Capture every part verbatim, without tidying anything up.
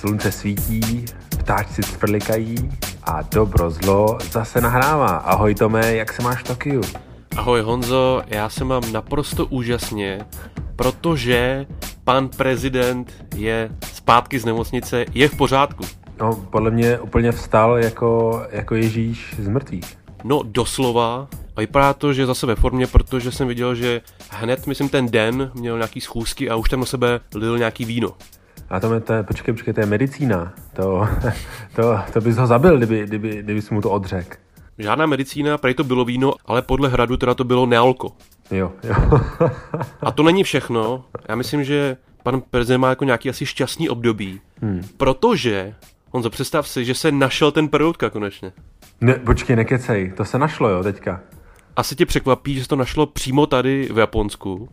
Slunce svítí, ptáčci cvrlikají a dobro zlo zase nahrává. Ahoj Tome, jak se máš v Tokiu? Ahoj Honzo, já se mám naprosto úžasně, protože pan prezident je zpátky z nemocnice, je v pořádku. No, podle mě úplně vstal jako, jako Ježíš z mrtvých. No, doslova. A vypadá to, že je zase ve formě, protože jsem viděl, že hned, myslím, ten den měl nějaký schůzky a už tam na sebe lil nějaký víno. A to, to je, počkej, počkej, to je medicína. To, to, to bys ho zabil, kdyby, kdyby, kdyby jsi mu to odřekl. Žádná medicína, prej to bylo víno, ale podle Hradu teda to bylo nealko. Jo, jo. A to není všechno. Já myslím, že pan prezident má jako nějaký asi šťastný období, hmm. protože, Honzo, představ si, že se našel ten peroutka konečně. Ne, počkej, nekecej, to se našlo, jo, teďka. Asi tě překvapí, že se to našlo přímo tady v Japonsku.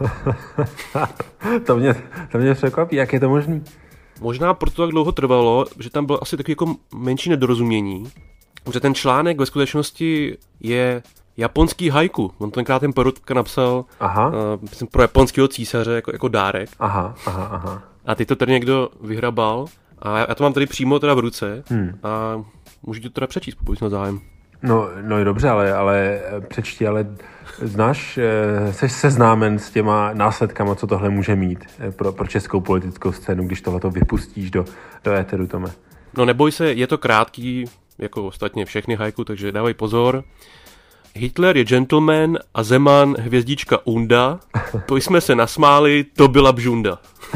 to, mě, to mě překvapí, jak je to možný? Možná proto tak dlouho trvalo, že tam bylo asi takový jako menší nedorozumění, že ten článek ve skutečnosti je japonský haiku. On tenkrát ten peroutka napsal aha. Uh, myslím, pro japonského císaře jako, jako dárek. Aha, aha, aha. A teď to tady někdo vyhrabal a já, já to mám tady přímo teda v ruce hmm. a můžu to teda přečíst, pokud na zájem. No, no dobře, ale, ale přečti, ale znáš, jsi seznámen s těma následkama, co tohle může mít pro, pro českou politickou scénu, když tohleto vypustíš do, do éteru, Tome? No neboj se, je to krátký, jako ostatně všechny haiku, takže dávej pozor. Hitler je gentleman a Zeman hvězdička Unda. To jsme se nasmáli, to byla bžunda.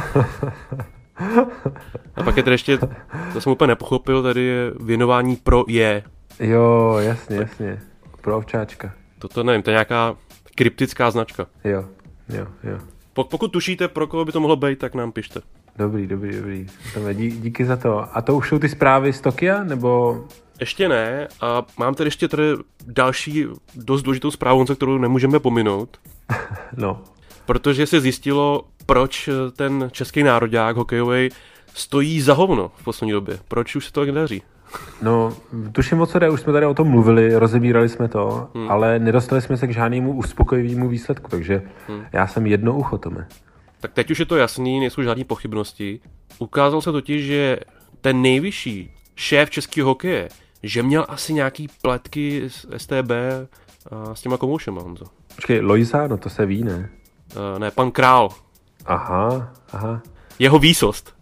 A pak je tady ještě, to jsem úplně nepochopil, tady je věnování pro je. Jo, jasně, jasně. Pro ovčáčka. Toto nevím, to je nějaká kryptická značka. Jo, jo, jo. Pokud tušíte, pro koho by to mohlo být, tak nám pište. Dobrý, dobrý, dobrý. Tome, dí, díky za to. A to už jsou ty zprávy z Tokia, nebo... Ještě ne. A mám tady ještě tady další dost důležitou zprávu, kterou nemůžeme pominout. No. Protože se zjistilo, proč ten český nároďák hokejový stojí za hovno v poslední době. Proč už se to tak daří? No, tuším o co jde, už jsme tady o tom mluvili, rozebírali jsme to, hmm. ale nedostali jsme se k žádnému uspokojivému výsledku, takže hmm. já jsem jedno ucho, Tome. Tak teď už je to jasný, nejsou žádné pochybnosti. Ukázalo se totiž, že ten nejvyšší šéf českého hokeje, že měl asi nějaký pletky s S T B a s těma komoušema, Honzo. Počkej, Lojza, no to se ví, ne? Uh, ne, pan Král. Aha, aha. Jeho výsost.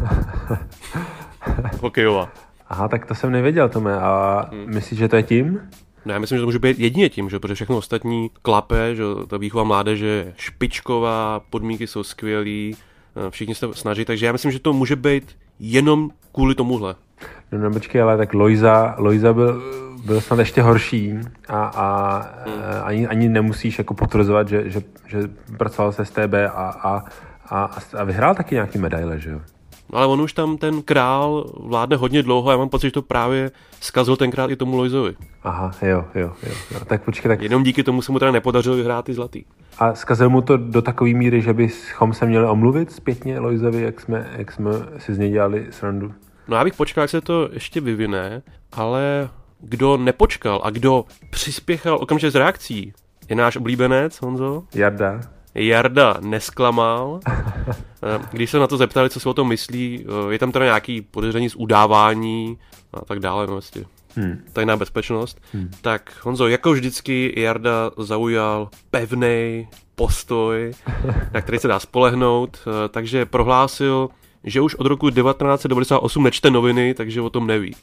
Hokejová. Aha, tak to jsem nevěděl, Tome. A hmm. myslíš, že to je tím? No, já myslím, že to může být jedině tím, že protože všechno ostatní klape, že ta výchova mládeže je špičková, podmínky jsou skvělý, všichni se snaží, takže já myslím, že to může být jenom kvůli tomuhle. No, no počkej, ale tak Lojza, Lojza byl, byl snad ještě horší a, a hmm. ani, ani nemusíš jako potvrzovat, že, že, že pracoval se S T B a, a, a, a vyhrál taky nějaký medaile, že jo? Ale on už tam ten Král vládne hodně dlouho a já mám pocit, že to právě zkazil tenkrát i tomu Lojzovi. Aha, jo, jo, jo. jo. Tak počkej, tak... Jenom díky tomu se mu teda nepodařilo vyhrát ty zlatý. A zkazil mu to do takové míry, že bychom se měli omluvit zpětně Lojzovi, jak jsme, jak jsme si z něj dělali srandu? No já bych počkal, jak se to ještě vyvine, ale kdo nepočkal a kdo přispěchal okamžitě z reakcí, je náš oblíbenec, Honzo. Jarda. Jarda nesklamal. Když se na to zeptali, co si o tom myslí, je tam teda nějaký podezření z udávání a tak dále, no vlastně. Hmm. Tajná bezpečnost. Hmm. Tak Honzo, jako vždycky Jarda zaujal pevnej postoj, na který se dá spolehnout, takže prohlásil, že už od roku devatenáct set devadesát osm nečte noviny, takže o tom neví.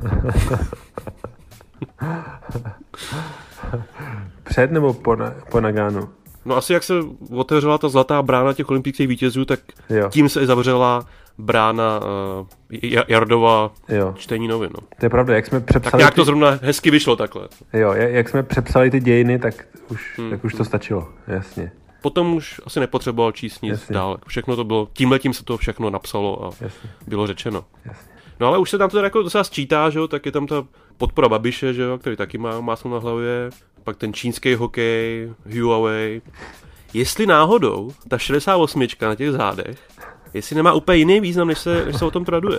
Před nebo po, na, po Nagánu? No asi jak se otevřela ta zlatá brána těch olympijských vítězů, tak jo. Tím se i zavřela brána uh, Jardova jo. čtení novin. No. To je pravda, jak jsme přepsali... Tak nějak ty... to zrovna hezky vyšlo takhle. Jo, jak jsme přepsali ty dějiny, tak už, hmm. tak už to stačilo, jasně. Potom už asi nepotřeboval číst nic jasně. dál. Všechno to bylo, tímhletím se to všechno napsalo a jasně. bylo řečeno. Jasně. No ale už se tam to jako docela sčítá, že jo, tak je tam ta podpora Babiše, že jo, který taky má máslo na hlavě, pak ten čínský hokej, Huawei. Jestli náhodou ta šedesát osm na těch zádech, jestli nemá úplně jiný význam, než se, než se o tom traduje.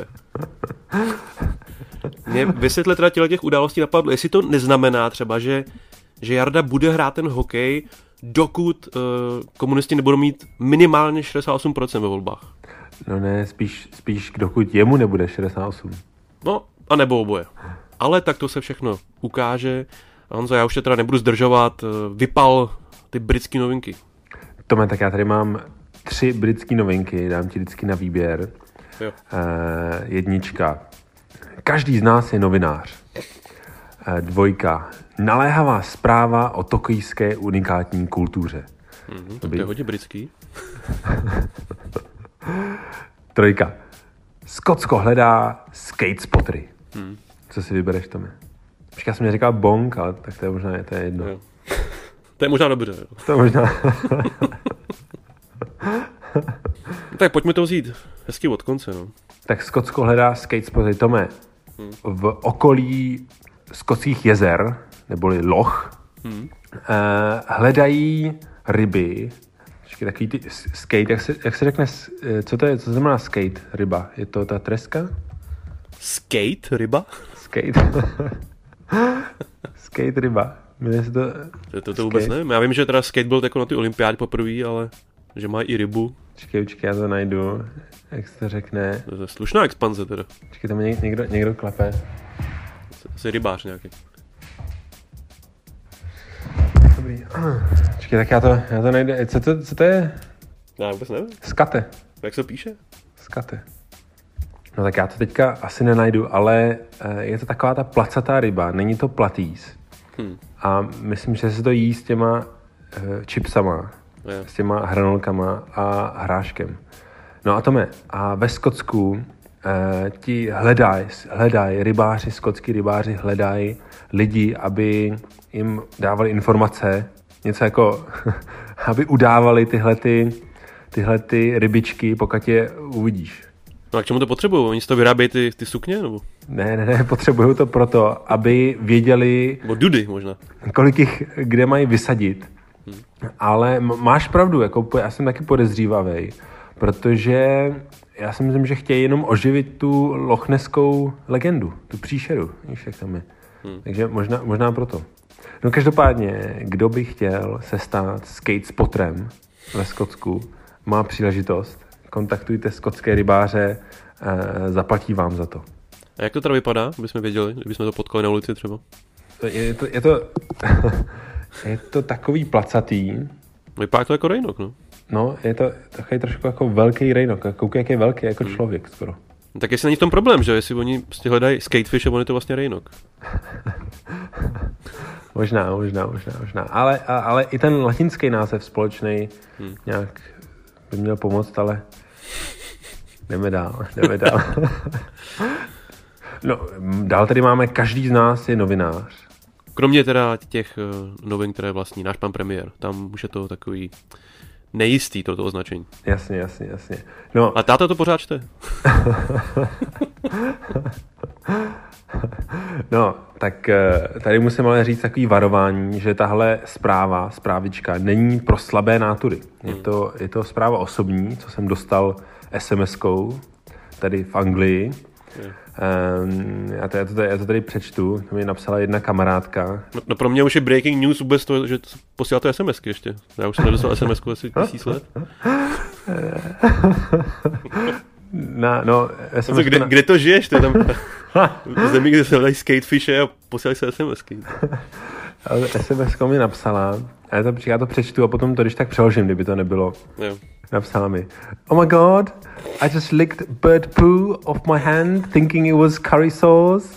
Mě vysvětle teda těle těch událostí napadlo, jestli to neznamená třeba, že, že Jarda bude hrát ten hokej, dokud uh, komunisti nebudou mít minimálně šedesát osm procent ve volbách. No ne, spíš, spíš dokud jemu nebude šedesát osm. No, a nebo oboje. Ale tak to se všechno ukáže. Honzo, já už tě teda nebudu zdržovat. Vypal ty britské novinky. Tome, tak já tady mám tři britské novinky, dám ti vždycky na výběr. Jo. Eh, jednička. Každý z nás je novinář. Eh, dvojka. Naléhavá zpráva o tokijské unikátní kultuře. Mm-hmm, to je hodně britský. Trojka. Skotsko hledá skatespottery. Hmm. Co si vybereš, Tome? Počkej, já jsem neříkal bong, ale tak to je možná to je jedno. Jo. To je možná dobře. Jo. To je možná... No, tak pojďme to vzít hezky od konce. No. Tak Skotsko hledá skatespottery. Tome, hmm. v okolí skotských jezer, neboli loch, hmm. eh, hledají ryby. Počkej, takový ty skate, jak se, jak se řekne, co to je, co znamená skate, ryba? Je to ta treska? Skate, ryba? Skate. Skate, ryba. Jmenuje se to... To, to, to vůbec nevím. Já vím, že teda skate byl jako na ty olympiády poprvé, ale že má i rybu. Počkej, počkej, já to najdu. Jak se to řekne? To je slušná expanze teda. Počkej, tam mě někdo, někdo klape. Jsi rybář nějaký. Dobrý. Počkej, tak já to, já to najdu. Co to, co to je? Já vůbec nevím. Skate. Jak se píše? Skate. No tak já to teďka asi nenajdu, ale je to taková ta placatá ryba, není to platýs. Hmm. A myslím, že se to jí s těma uh, chipsama, yeah. s těma hranolkama a hráškem. No a Tome, a ve Skotsku uh, ti hledají, hledají rybáři, skotský rybáři hledají lidi, aby jim dávali informace, něco jako, aby udávali tyhle, ty, tyhle ty rybičky, pokud je uvidíš. No a k čemu to potřebují? Oni si to vyrábějí ty, ty sukně? Nebo? Ne, ne, ne, potřebují to proto, aby věděli... Nebo dudy možná. Kolik jich kde mají vysadit. Hmm. Ale m- máš pravdu, jako já jsem taky podezřívavej, protože já si myslím, že chtějí jenom oživit tu lochneskou legendu, tu příšeru, víš, jak tam je. Hmm. Takže možná, možná proto. No každopádně, kdo by chtěl se stát skatespotterem ve Skotsku, má příležitost. Kontaktujte skotské rybáře, eh, zaplatí vám za to. A jak to teda vypadá, abychom věděli, kdybychom to potkali na ulici třeba? Je to, je to, je to takový placatý. Vypadá to jako rejnok, no. No, je to takový trošku jako velký rejnok. Koukej, jak je velký, jako hmm. člověk skoro. No, tak jestli není v tom problém, že jestli oni prostě hledají skatefish a on je to vlastně rejnok. možná, možná, možná, možná. Ale, a, ale i ten latinský název společný hmm. nějak by měl pomoct, ale jdeme dál, jdeme dál. No, dál tady máme, každý z nás je novinář. Kromě teda těch uh, novin, které vlastní náš pan premiér, tam už je to takový nejistý, toto označení. Jasně, jasně, jasně. No. A táta to pořád čte. No, tak tady musím ale říct takový varování, že tahle zpráva, zprávička, není pro slabé nátury. Je to, je to zpráva osobní, co jsem dostal es em eskou tady v Anglii. Um, já, to, já, to, já to tady přečtu, to mi napsala jedna kamarádka. No, no pro mě už je breaking news vůbec to, že posíláte es em esky ještě. Já už jsem nedostal es em esku asi tisíc let. Na, no, no, kde, na... kde to žiješ? To je tam v zemi, kde se hledají skatefishe a posílají se es em esky. es em eskou mi napsala, a já to, já to přečtu a potom to když tak přeložím, kdyby to nebylo. Jo. Napsala mi, oh my god, I just licked bird poo off my hand thinking it was curry sauce.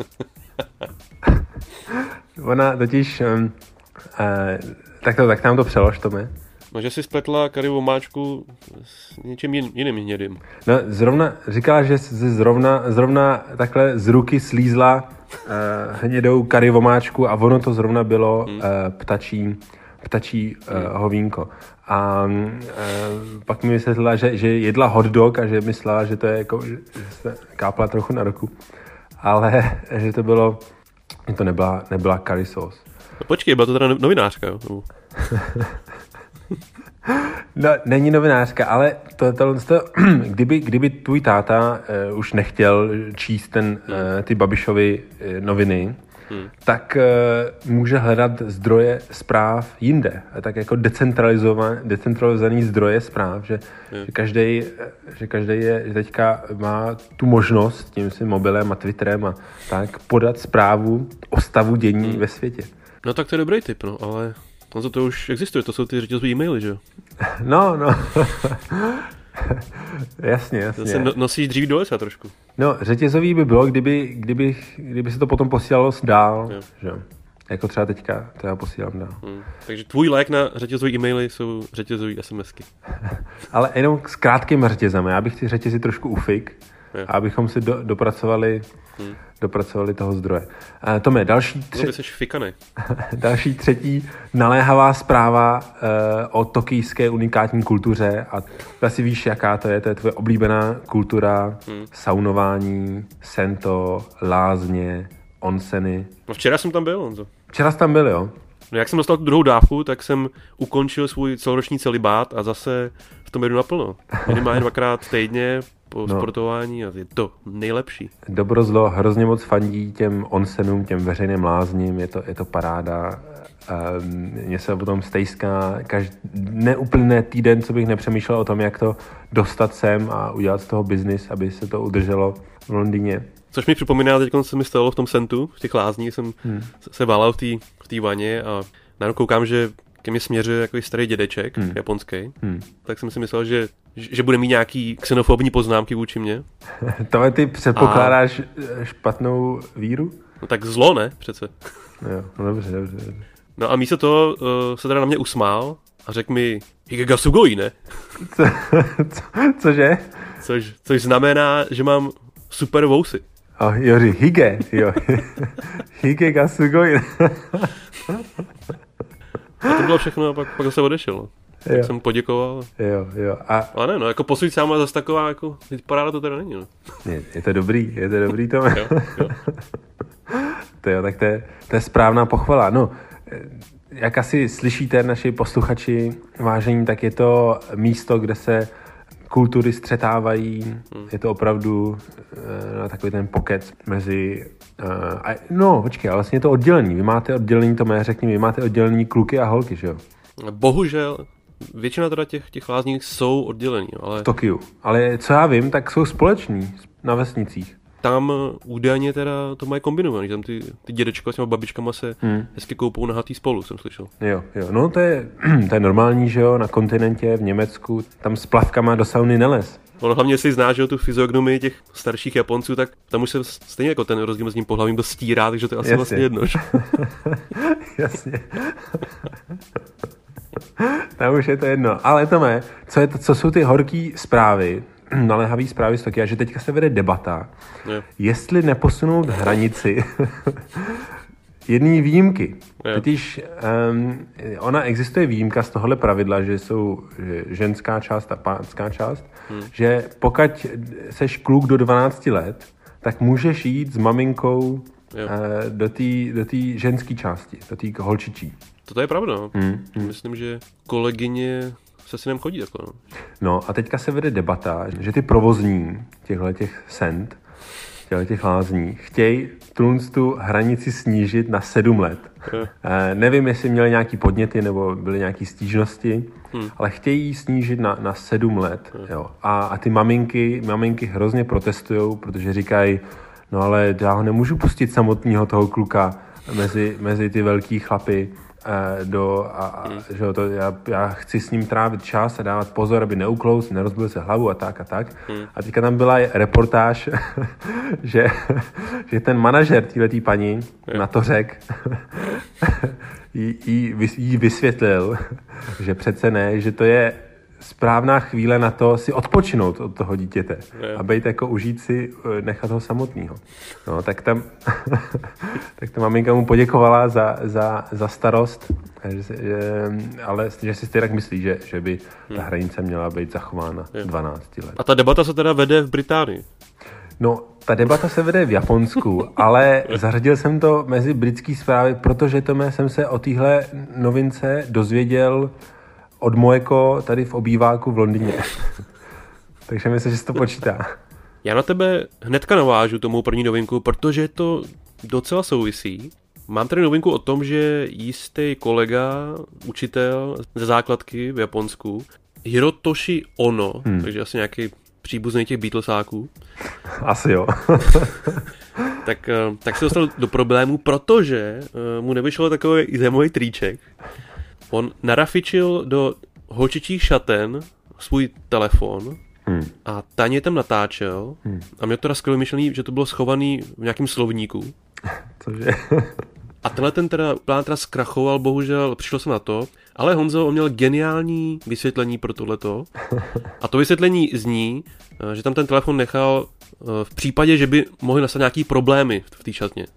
Ona totiž, um, uh, tak, to, tak nám to přelož, Tome. No, že si spletla curry omáčku s něčím jiným hnědým. No, zrovna, říkala, že si zrovna, zrovna takhle z ruky slízla uh, hnědou curry omáčku a ono to zrovna bylo hmm. uh, ptačí, ptačí uh, hmm. hovínko. A uh, pak mi vysvětlila, že, že jedla hot dog a že myslela, že to je jako, že se kápla trochu na ruku. Ale že to bylo, že to nebyla, nebyla curry sauce. No počkej, byla to teda novinářka, jo? No, není novinářka, ale to, to, to, kdyby, kdyby tvůj táta uh, už nechtěl číst ten, uh, ty Babišovy uh, noviny, hmm. tak uh, může hledat zdroje zpráv jinde. Tak jako decentralizovaný, decentralizovaný zdroje zpráv, že, hmm. že každý že každý je že teďka má tu možnost tím svým mobilem a Twitterem a tak podat zprávu o stavu dění hmm. ve světě. No tak to je dobrý tip, no, ale no to, to už existuje, to jsou ty řetězové e-maily, že jo? No, no. jasně, jasně. To se no, nosíš dřív do lesa trošku. No, řetězový by bylo, kdyby, kdyby, kdyby se to potom posílalo dál, jo. Že? Jako třeba teďka, to já posílám dál. Hmm. Takže tvůj lék na řetězové e-maily jsou řetězové SMSky. Ale jenom s krátkým řetězem. Já bych ty řetězy trošku ufik, jo. abychom si do, dopracovali, hmm. dopracovali toho zdroje. Uh, Tome, další tři... No, ty jsi fikanej. další třetí naléhavá zpráva uh, o tokijské unikátní kultuře a ty asi víš, jaká to je. To je tvoje oblíbená kultura, hmm. saunování, sento, lázně, onseny. No včera jsem tam byl, Honzo. Včera jsi tam byl, jo? No jak jsem dostal tu druhou dávku, tak jsem ukončil svůj celoroční celibát a zase v tom jedu naplno. Minimálně dvakrát týdně po no. sportování a je to nejlepší. Dobro zlo hrozně moc fandí těm onsenům, těm veřejným lázním, je to, je to paráda. Mně se potom stejská každý neúplný týden, co bych nepřemýšlel o tom, jak to dostat sem a udělat z toho biznis, aby se to udrželo v Londýně. Což mi připomíná, teď se mi stalo v tom sentu, v těch lázních, jsem hmm. se válel v té v té vaně a najednou koukám, že ke mně směřuje jako starý dědeček, hmm. japonský, hmm. tak jsem si myslel, že, že bude mít nějaký xenofobní poznámky vůči mně. Tohle ty předpokládáš a... špatnou víru? No tak zlo, ne? Přece. Jo, no dobře, dobře, dobře. No a místo toho uh, se teda na mě usmál a řekl mi Higega sugoi, ne? Co, co, cože? Což, což znamená, že mám super vousy. Oh, jo, hige, jo. Hige ga sugoi. A to bylo všechno a pak, pak se odešel. No. Tak jo. jsem poděkoval. Jo, jo. A... Ale ne, no, jako posud sáma zase taková, jako, paráda to teda není, no. Je, je to dobrý, je to dobrý, Tome. Jo, jo. To jo, tak to je, to je správná pochvala. No, jak asi slyšíte, naši posluchači vážení, tak je to místo, kde se kultury střetávají, hmm. je to opravdu uh, takový ten pokec mezi... Uh, a, no, počkej, ale vlastně je to oddělení. Vy máte oddělení, to mé řekni, vy máte oddělení kluky a holky, že jo? Bohužel, většina teda těch, těch lázní jsou oddělení, ale... V Tokiu. Ale co já vím, tak jsou společní na vesnicích. Tam údajně teda to mají kombinovaný, tam ty, ty dědečka s těma babičkama se hmm. hezky koupou nahatý spolu, jsem slyšel. Jo, jo, no to je, to je normální, že jo, na kontinentě, v Německu, tam s plavkama do sauny nelez. Ono hlavně, jestli znáš, že tu fyziognomii těch starších Japonců, tak tam už se stejně jako ten rozdíl mezi tím pohlavím dost stírá, takže to je asi Jasně. vlastně jedno. Jasně. Tam už je to jedno. Ale Tome, co, je to, co jsou ty horký zprávy, naléhavý zprávy z Tokia, že teďka se vede debata, je. jestli neposunout hranici jedné výjimky. Je. Totiž um, ona existuje výjimka z tohohle pravidla, že jsou že ženská část a pánská část, hmm. že pokud seš kluk do dvanácti let, tak můžeš jít s maminkou uh, do té do té ženské části, do té holčičí. To je pravda. Hmm. Myslím, že kolegyně se synem chodí takhle. No. no a teďka se vede debata, že ty provozní těchto těch sent, těchto těch lázní, chtějí tu hranici snížit na sedm let. E, nevím, jestli měli nějaký podněty nebo byly nějaký stížnosti, hmm. ale chtějí snížit na, na sedm let. Hmm. Jo. A, a ty maminky, maminky hrozně protestujou, protože říkají, no ale já ho nemůžu pustit samotného toho kluka mezi, mezi ty velký chlapy, do, a, a, hmm. že to, já, já chci s ním trávit čas a dávat pozor, aby neuklous, nerozbil se hlavu a tak a tak. Hmm. A teďka tam byla reportáž, že, že ten manažer téhletý paní hmm. na to řekl, jí, jí, jí vysvětlil, že přece ne, že to je správná chvíle na to si odpočinout od toho dítěte yeah. a být jako užít si, nechat ho samotného. No, tak tam tak ta maminka mu poděkovala za, za, za starost, že, že, ale že si tak myslí, že, že by ta hranice měla být zachována yeah. dvanácti let. A ta debata se teda vede v Británii? No, ta debata se vede v Japonsku, ale zařadil jsem to mezi britský zprávy, protože to jsem se o téhle novince dozvěděl od Mojeko tady v obýváku v Londýně. Takže myslím, že se to počítá. Já na tebe hnedka navážu tomu první novinku, protože je to docela souvisí. Mám tady novinku o tom, že jistý kolega, učitel ze základky v Japonsku, Hirotoshi Ono, hmm. takže asi nějaký příbuzný těch Beatlesáků. Asi jo. tak, tak se dostal do problému, protože mu nevyšel takový zemový triček. On narafičil do holčičích šaten svůj telefon hmm. a Taně tam natáčel hmm. a měl teda skvělé myšlení, že to bylo schovaný v nějakém slovníku. Cože? A tenhle ten teda plán teda zkrachoval, bohužel, přišlo se na to, ale Honzo, on měl geniální vysvětlení pro tohleto. A to vysvětlení zní, že tam ten telefon nechal v případě, že by mohly nastat nějaký problémy v té šatně.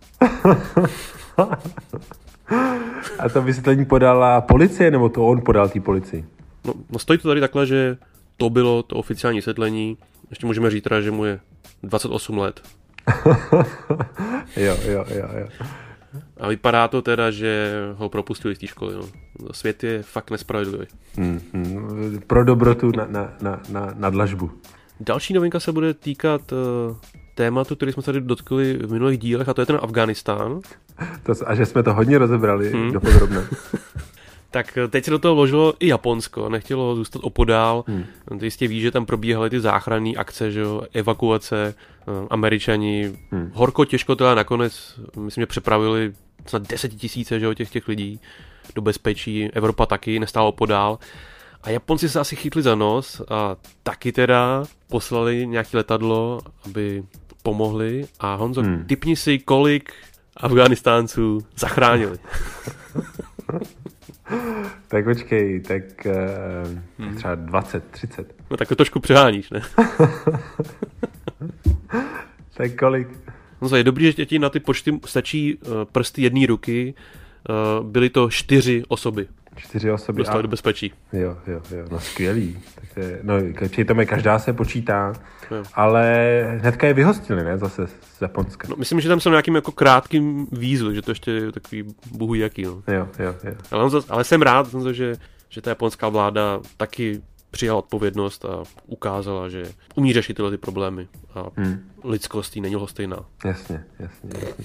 A to vysvětlení podala policie, nebo to on podal té policii? No, no stojí to tady takhle, že to bylo to oficiální vysvětlení. Ještě můžeme říct teda, že mu je dvacet osm let. jo, jo, jo, jo. A vypadá to teda, že ho propustili z té školy. No. Svět je fakt nespravedlivý. Hmm, hmm. Pro dobrotu na, na, na, na, na dlažbu. Další novinka se bude týkat uh, tématu, který jsme tady dotkli v minulých dílech, a to je ten Afghánistán. To, a že jsme to hodně rozebrali hmm. dopodrobna. Tak teď se do toho vložilo i Japonsko, nechtělo zůstat opodál. Hmm. Ty jistě víš, že tam probíhaly ty záchranné akce, že jo, evakuace, Američani. Hmm. Horko, těžko teda nakonec, myslím, že přepravili snad desetitisíce, že jo, těch, těch lidí do bezpečí. Evropa taky nestála opodál. A Japonci se asi chytli za nos a taky teda poslali nějaké letadlo, aby pomohli. A Honzo, hmm. tipni si, kolik Afghánistánců zachránili. Tak počkej, tak uh, třeba dvacet, třicet. No tak to trošku přeháníš, ne? Tak kolik? No je dobrý, že ti na ty počty stačí uh, prsty jedné ruky. Uh, byly to čtyři osoby. Čtyři osoby. Dostali a... do bezpečí. Jo, jo, jo, no skvělý. Tak to je, no, přitom je každá se počítá, jo. Ale hnedka je vyhostili, ne, zase z Japonska. No, myslím, že tam jsou nějakým jako krátkým výzvy, že to ještě je takový bohu jaký, no. Jo, jo, jo. Ale, ale jsem rád, že, že ta japonská vláda taky přijala odpovědnost a ukázala, že umí řešit tyhle ty problémy a hmm. lidskost jí není lhostejná. Jasně, jasně, jasně.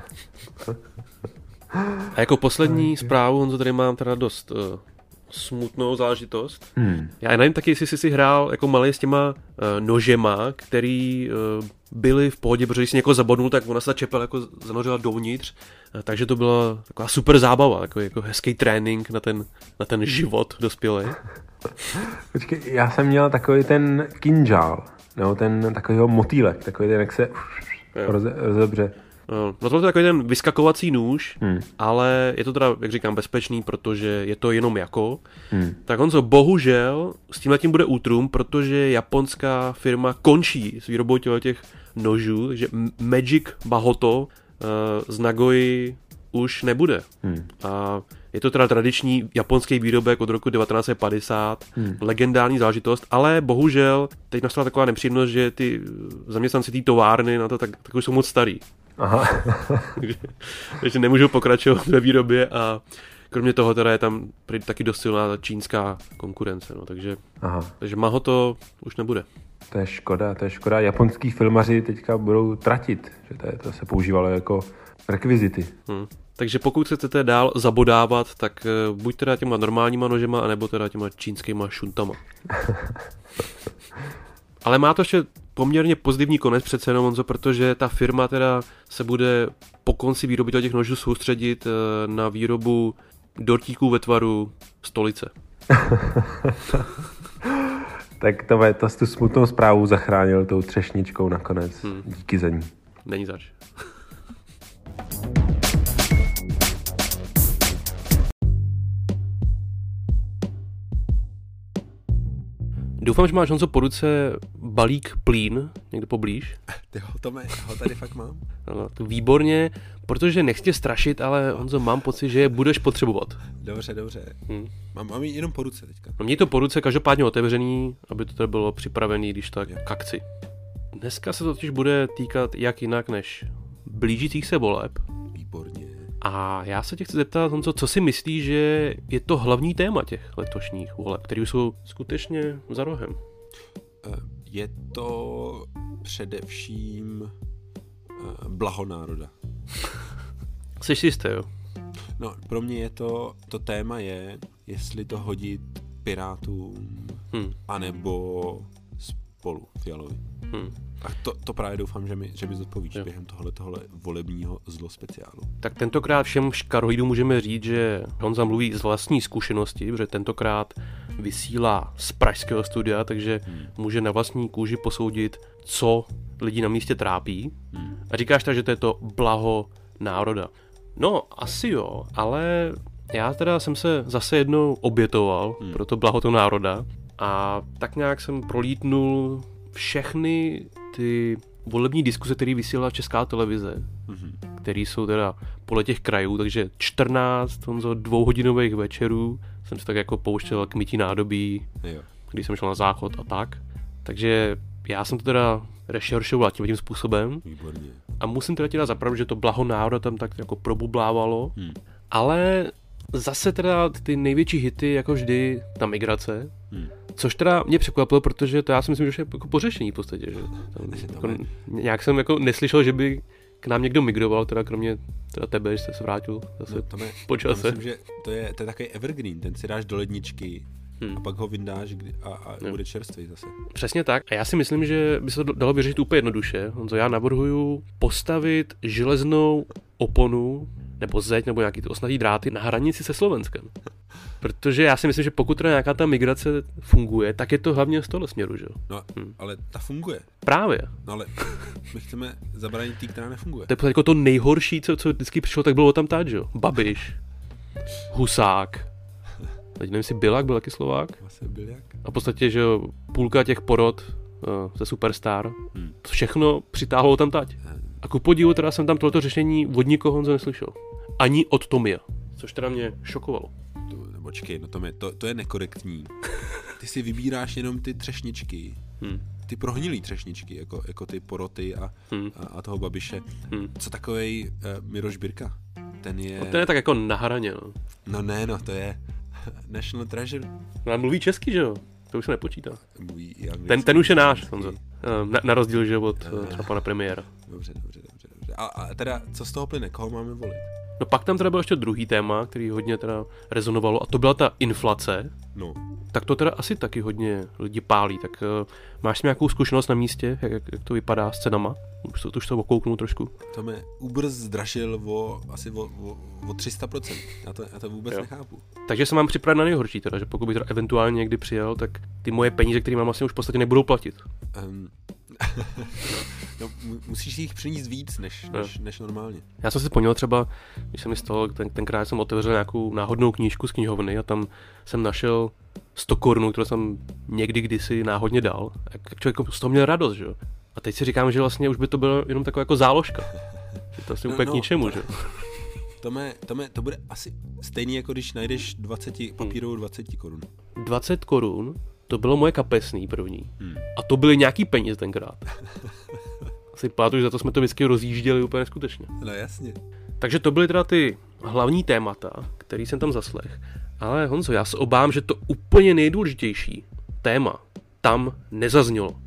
A jako poslední okay. zprávu, Honzo, tady mám teda dost uh, smutnou záležitost. Hmm. Já nevím taky, jestli jsi si hrál jako malý s těma uh, nožema, který uh, byly v pohodě, protože když jsi někoho zabodnul, tak ona se ta čepel jako zanořila dovnitř. Uh, takže to byla taková super zábava, jako, jako hezký trénink na ten, na ten život dospělý. Počkej, já jsem měl takový ten kinžál, nebo ten takovýho motýlek, takový ten, jak se roze, rozebře. No to je takový ten vyskakovací nůž, hmm. ale je to teda, jak říkám, bezpečný, protože je to jenom jako. Hmm. Tak Honzo, bohužel s tímhletím bude útrum, protože japonská firma končí s výrobou těch nožů, takže Magic Bahoto uh, z Nagoji už nebude. Hmm. A je to teda tradiční japonský výrobek od roku devatenáct set padesát, hmm. legendární záležitost, ale bohužel teď nastala taková nepříjemnost, že ty zaměstnanci té továrny na to tak, tak už jsou moc starý. Aha. takže, takže nemůžou pokračovat ve výrobě a kromě toho teda je tam taky dost silná čínská konkurence, no, takže, takže Maho to už nebude. To je škoda, to je škoda. Japonský filmaři teďka budou tratit, že to, je, to se používalo jako rekvizity. Hmm. Takže pokud se chcete dál zabodávat, tak buď teda těma normálníma nožema, anebo teda těma čínskýma šuntama. Ale má to ještě poměrně pozitivní konec přece jenom, Honzo, protože ta firma teda se bude po konci výroby těch nožů soustředit na výrobu dortíků ve tvaru stolice. Tak to, je, to tu smutnou zprávu zachránil tou třešničkou nakonec. Hmm. Díky za ní. Není zač. Doufám, že máš, Honzo, po ruce balík plín někde poblíž. Ty ho, to mé, ho tady fakt mám. No, to výborně, protože nechci strašit, ale Honzo, mám pocit, že je budeš potřebovat. Dobře, dobře. Hmm. Mám, mám jenom po ruce teďka. No, měj to po ruce každopádně otevřený, aby to tady bylo připravený, když tak k akci. Dneska se to totiž bude týkat jak jinak než blížících se voleb. Výborně. A já se tě chci zeptat, Honzo, co si myslíš, že je to hlavní téma těch letošních voleb, které jsou skutečně za rohem? Je to především blaho národa. Jsi si jistý, jo? No, pro mě je to, to téma je, jestli to hodit Pirátům, hmm. anebo Spolu Fialovi. Hmm. A to, to právě doufám, že mi, že mi zodpovíš jo. během tohle, tohle volebního zlospeciálu. Tak tentokrát všem škaroidům můžeme říct, že Honza mluví z vlastní zkušenosti, protože tentokrát vysílá z pražského studia, takže hmm. může na vlastní kůži posoudit, co lidi na místě trápí. Hmm. A říkáš tak, že to je to blaho národa. No, asi jo, ale já teda jsem se zase jednou obětoval hmm. pro to blaho toho národa a tak nějak jsem prolítnul všechny ty volební diskuze, které vysílala Česká televize, mm-hmm. které jsou teda podle těch krajů, takže čtrnáct Honzo, dvouhodinových večerů jsem se tak jako pouštěl k mytí nádobí, jo. Když jsem šel na záchod a tak. Takže já jsem to teda rešeršoval tím tím způsobem. Výborně. A musím teda ti dát za pravdu, že to blaho národa tam tak jako probublávalo, hmm. ale zase teda ty největší hity, jako vždy, ta migrace, hmm. což teda mě překvapilo, protože to já si myslím, že je jako pořešení v podstatě, že tam, jako, nějak jsem jako neslyšel, že by k nám někdo migroval, teda kromě teda tebe, že jsi se vrátil zase no, tam je, po čase. Myslím, že to je, to je takový evergreen, ten si dáš do ledničky hmm. a pak ho vyndáš a, a bude čerstvý zase. Přesně tak. A já si myslím, že by se to dalo vyřešit úplně jednoduše. Honzo, já navrhuju postavit železnou oponu nebo zeď, nebo nějaký ty osnatý dráty na hranici se Slovenskem. Protože já si myslím, že pokud teda nějaká ta migrace funguje, tak je to hlavně z tohle směru, že jo? No, hmm. ale ta funguje. Právě. No ale my chceme zabránit tý, která nefunguje. To je jako to nejhorší, co, co vždycky přišlo, tak bylo tam tát, že jo? Babiš, Husák, teď nevím, jestli Bilák byl taky Slovák. Vlastně Bilák. A v podstatě, že jo, půlka těch porod uh, ze Superstar, hmm. to všechno přitáhlo tam tať. A ku podivu teda jsem tam tohleto řešení od nikoho Honzo neslyšel. Ani od Tomia, což teda mě šokovalo. To, počkej, no to, je, to, to je nekorektní. Ty si vybíráš jenom ty třešničky, hmm. ty prohnilý třešničky, jako, jako ty poroty a, hmm. a, a toho Babiše. Hmm. Co takovej uh, Miroš Birka? Ten je... No ten je tak jako na hraně, no. No ne, no to je National Treasure. No a mluví česky, že jo? To už se nepočítá. Mluví ten, ten už je náš, Honzo. Na, na rozdíl, že od uh, třeba pana premiéra. Dobře, dobře, dobře. dobře. A, a teda, co z toho plyne? Koho máme volit? No pak tam teda byl ještě druhý téma, který hodně teda rezonovalo, a to byla ta inflace. No. Tak to teda asi taky hodně lidi pálí. Tak uh, máš nějakou zkušenost na místě, jak, jak to vypadá s cenama? Už to, už to okouknu trošku. To mě Uber zdražil o, asi o, o, o tři sta procent. Já to, já to vůbec jo. nechápu. Takže se mám připravit na nejhorší teda, že pokud bych teda eventuálně někdy přijel, tak ty moje peníze, které mám, vlastně už v podstatě nebudou platit. Um, no, musíš jich přinést víc, než, než, než normálně. Já jsem si vzpomněl třeba, když jsem mi z toho, ten, tenkrát jsem otevřel nějakou náhodnou knížku z knihovny a tam jsem našel sto korun, které jsem někdy kdysi náhodně dal. Jak člověk z toho měl radost, že jo? A teď si říkám, že vlastně už by to bylo jenom taková jako záložka. Že to asi no, úplně no, k ničemu, že? To, mé, to, mé, to bude asi stejný, jako když najdeš dvacet papírovou dvacet korun. dvacet korun? To bylo moje kapesný první. Hmm. A to byly nějaký peníze tenkrát. Asi pamatuju, že za to jsme to vždycky rozjížděli úplně neskutečně. No jasně. Takže to byly teda ty hlavní témata, který jsem tam zaslech. Ale Honzo, já se obávám, že to úplně nejdůležitější téma tam nezaznělo.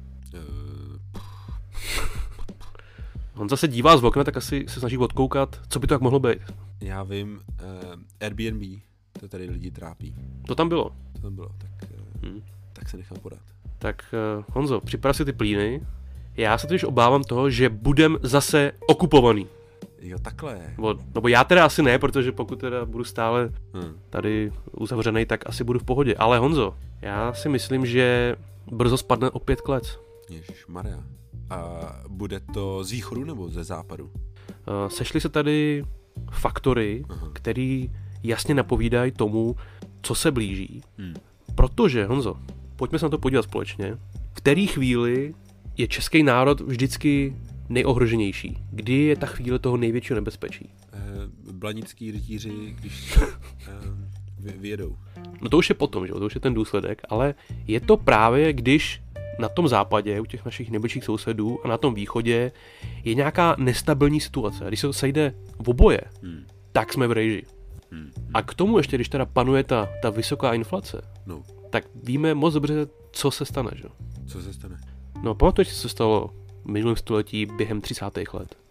Honza se dívá z okna, tak asi se snaží odkoukat, co by to tak mohlo být. Já vím, uh, Airbnb, to tady lidi trápí. To tam bylo. To tam bylo, tak, uh, hmm. tak se nechám podat. Tak uh, Honzo, připrav si ty plíny. Já se totiž obávám toho, že budem zase okupovaný. Jo, takhle. Nebo, nebo já teda asi ne, protože pokud teda budu stále hmm. tady uzavřený, tak asi budu v pohodě. Ale Honzo, já si myslím, že brzo spadne opět klec. Ježišmarja. A bude to z východu nebo ze západu? Uh, sešly se tady faktory, uh-huh. který jasně napovídají tomu, co se blíží. Hmm. Protože, Honzo, pojďme se na to podívat společně. V které chvíli je český národ vždycky nejohroženější? Kdy je ta chvíle toho největšího nebezpečí? Uh, blanický rytíři, když uh, vyjedou. No to už je potom, že? To už je ten důsledek, ale je to právě, když na tom západě, u těch našich nejbližších sousedů a na tom východě je nějaká nestabilní situace. Když se sejde v oboje, hmm. tak jsme v rejži. Hmm. A k tomu ještě, když teda panuje ta, ta vysoká inflace, no. tak víme moc dobře, co se stane, že? Co se stane? No, pamatuješ, co se stalo v minulém století během třicátých let?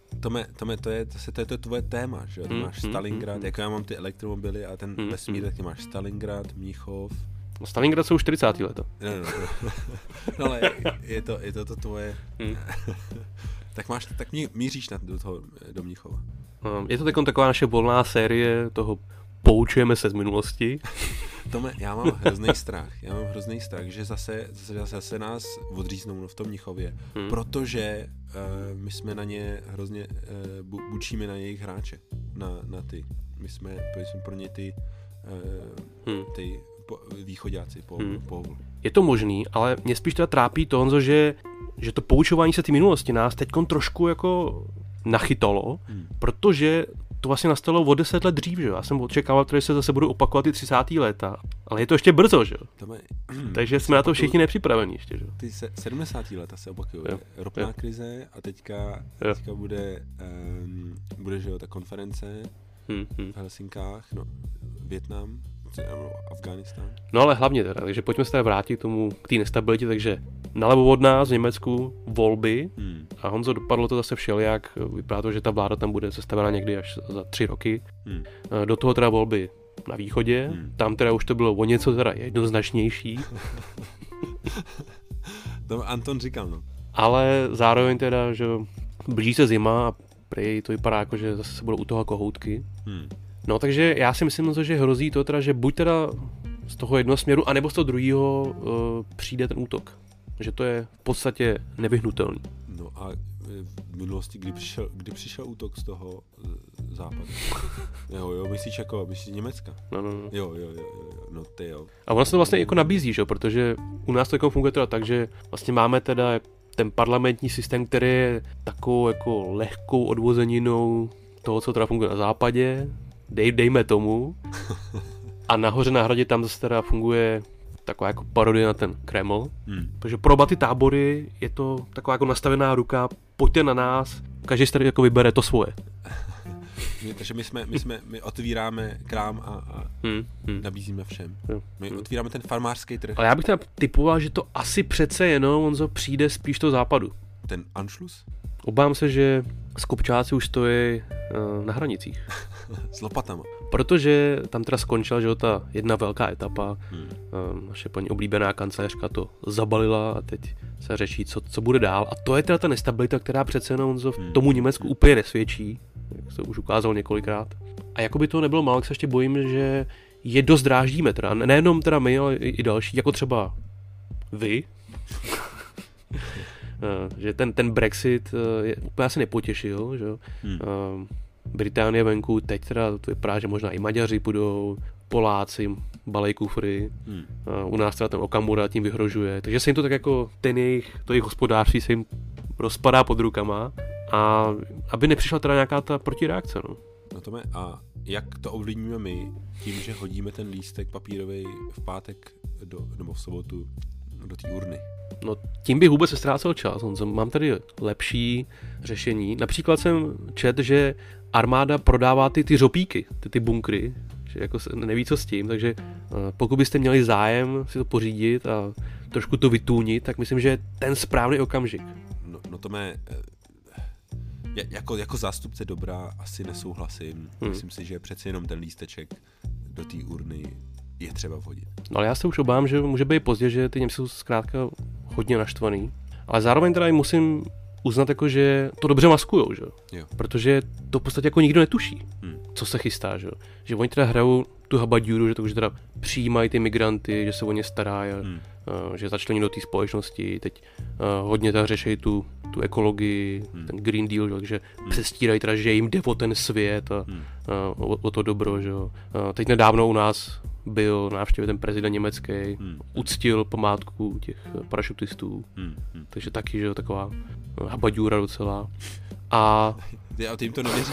Tome, Tome, to je, to, to je to tvoje téma, že jo? Ty mm, máš mm, Stalingrad, mm, jako já mám ty elektromobily a ten mm, vesmír, mm. tak ty máš Stalingrad, Mnichov. No Stalingrad jsou čtyřicátá leta. No, no, no. No ale je to, je to, to tvoje... Mm. tak máš, tak míříš na, do toho, do Mnichova. Je to taková, taková naše volná série toho poučujeme se z minulosti. Tome, já mám hrozný strach. Já mám hrozný strach, že zase, zase, zase nás odříznou v tom Mnichově, hmm. protože uh, my jsme na ně hrozně uh, bučíme na jejich hráče, na, na ty. My jsme, my jsme pro ně ty, uh, hmm. ty po, východáci po, hmm. po Je to možný, ale mě spíš teda trápí to, Honzo, že, že to poučování se té minulosti nás teďkon trošku jako nachytalo, hmm. protože to vlastně nastalo o deset let dřív, že jo? Já jsem očekával, že se zase budou opakovat ty třicátá léta, ale je to ještě brzo, že jo? Je... Takže jsme na to všichni nepřipraveni ještě, že jo? Ty se, sedmdesátá léta se opakují. Ropná jo. krize a teďka, teďka bude, um, bude, že jo, ta konference hmm, hmm. v Helsinkách, no, Vietnam, Afghánistán. No ale hlavně teda, takže pojďme se teda vrátit k tomu, k té nestabilitě, takže nalevo od nás v Německu volby hmm. a Honzo, dopadlo to zase všelijak, vypadá to, že ta vláda tam bude sestavena někdy až za tři roky. Hmm. Do toho teda volby na východě, hmm. tam teda už to bylo o něco teda jednoznačnější. To Anton říkal, no. Ale zároveň teda, že blíží se zima a prej to vypadá jako, že zase se budou u toho kohoutky. Hmm. No takže já si myslím, že hrozí to teda, že buď teda z toho jednoho směru, anebo z toho druhého uh, přijde ten útok. Že to je v podstatě nevyhnutelný. No a v minulosti, kdy přišel, kdy přišel útok z toho západu? Jo, jo, myslíš jako, myslíš Německa? No, no, no. Jo, jo, jo, jo, no ty jo. A ono se to vlastně jako nabízí, že? Protože u nás to jako funguje teda tak, že vlastně máme teda ten parlamentní systém, který je takovou jako lehkou odvozeninou toho, co teda funguje na západě, Dej, dejme tomu. A nahoře na hradě tam zase teda funguje taková jako parodie na ten Kreml. Hmm. Takže pro oba ty tábory je to taková jako nastavená ruka, pojďte na nás, každý si tady jako vybere to svoje. My, takže my jsme, my jsme, my otvíráme krám a, a hmm, hmm. nabízíme všem. Hmm. My otvíráme ten farmářský trh. Ale já bych teda typoval, že to asi přece jenom Honzo přijde spíš do západu. Ten Anschluss? Obávám se, že skopčáci už stojí uh, na hranicích. S lopatama. Protože tam teda skončila, že ta jedna velká etapa. Hmm. Uh, naše paní oblíbená kancléřka to zabalila a teď se řeší, co, co bude dál. A to je teda ta nestabilita, která přece jenom v tomu Německu úplně nesvědčí. Jak se už ukázalo několikrát. A jako by to nebylo málo, tak se ještě bojím, že je dost dráždíme. Teda. Nejenom teda my, ale i, i další, jako třeba vy. Uh, že ten, ten Brexit uh, je úplně asi nepotěšil, že hmm. uh, Británie venku, teď teda to vypadá, že možná i Maďaři půjdou, Poláci balej kufry, hmm. uh, u nás teda ten Okamura tím vyhrožuje, takže se jim to tak jako ten jejich, to jejich hospodářství se jim rozpadá pod rukama a aby nepřišla teda nějaká ta protireakce, no. No Tome, a jak to ovlivníme my tím, že hodíme ten lístek papírový v pátek do, nebo v sobotu do té urny? No tím bych vůbec ztrácel čas. Mám tady lepší řešení. Například jsem četl, že armáda prodává ty, ty řopíky, ty, ty bunkry, že jako neví co s tím, takže pokud byste měli zájem si to pořídit a trošku to vytůnit, tak myslím, že je ten správný okamžik. No, no to mé, jako, jako zástupce dobra asi nesouhlasím. Hmm. Myslím si, že přeci jenom ten lísteček do té urny je třeba vodit. No ale já se už obávám, že může být pozdě, že ty Němci jsou zkrátka hodně naštvaný. Ale zároveň teda musím uznat, jako, že to dobře maskujou, že? Jo. Protože to v podstatě jako nikdo netuší, hmm. co se chystá, že? Že oni teda hrajou tu habadíru, že to už teda přijímají ty migranty, že se o ně starají, hmm. uh, že začlení do té společnosti, teď uh, hodně teda řeší tu, tu ekologii, hmm. ten Green Deal, že? Takže hmm. přestírají teda, že jim jde o ten svět a hmm. uh, o, o to dobro, že? Uh, teď nedávno u nás byl návštěvě ten prezident německý, hmm. uctil památku těch parašutistů, hmm. Hmm. takže taky, že taková habadíra docela. A ty jim to nevěříš?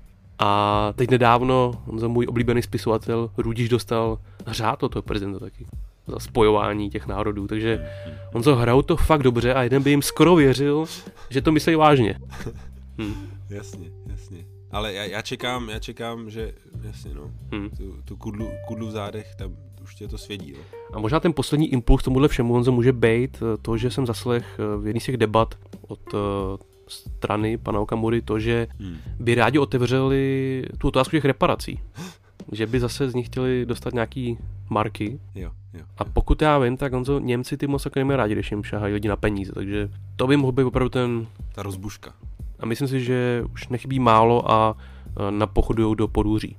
A teď nedávno on za můj oblíbený spisovatel Rudiš dostal řád od toho prezidenta taky za spojování těch národů, takže on za hrajou to fakt dobře a jeden by jim skoro věřil, že to myslí vážně. Hm. Jasně, jasně. Ale já, já čekám, já čekám, že jasně no, hmm. tu, tu kudlu, kudlu v zádech, tam už tě to svědí. Jo. A možná ten poslední impuls tomuhle všemu, Honzo, může být to, že jsem zaslech v jedné z těch debat od strany pana Okamury to, že by rádi otevřeli tu otázku těch reparací. Že by zase z nich chtěli dostat nějaký marky. Jo, jo, jo. A pokud já vím, tak Honzo, Němci ty moc nemají rádi, když jim šahají lidi na peníze, takže to by mohl být opravdu ten... Ta rozbuška. A myslím si, že už nechybí málo a napochodujou do Porůří.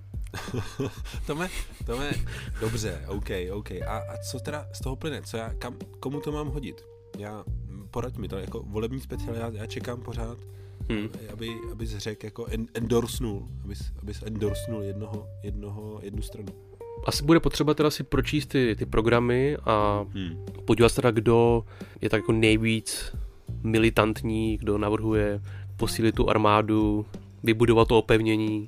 Tome, Tome, dobře, OK, OK. A, a co teda z toho plyne? Co já, kam, komu to mám hodit? Já, poraď mi to, jako volební speciál, já, já čekám pořád, hmm. aby, abys řekl, jako endorsenul, abys, abys endorsenul jednoho, jednoho, jednu stranu. Asi bude potřeba teda si pročíst ty, ty programy a hmm. podívat se teda, kdo je tak jako nejvíc militantní, kdo navrhuje posílit tu armádu, vybudovat to opevnění.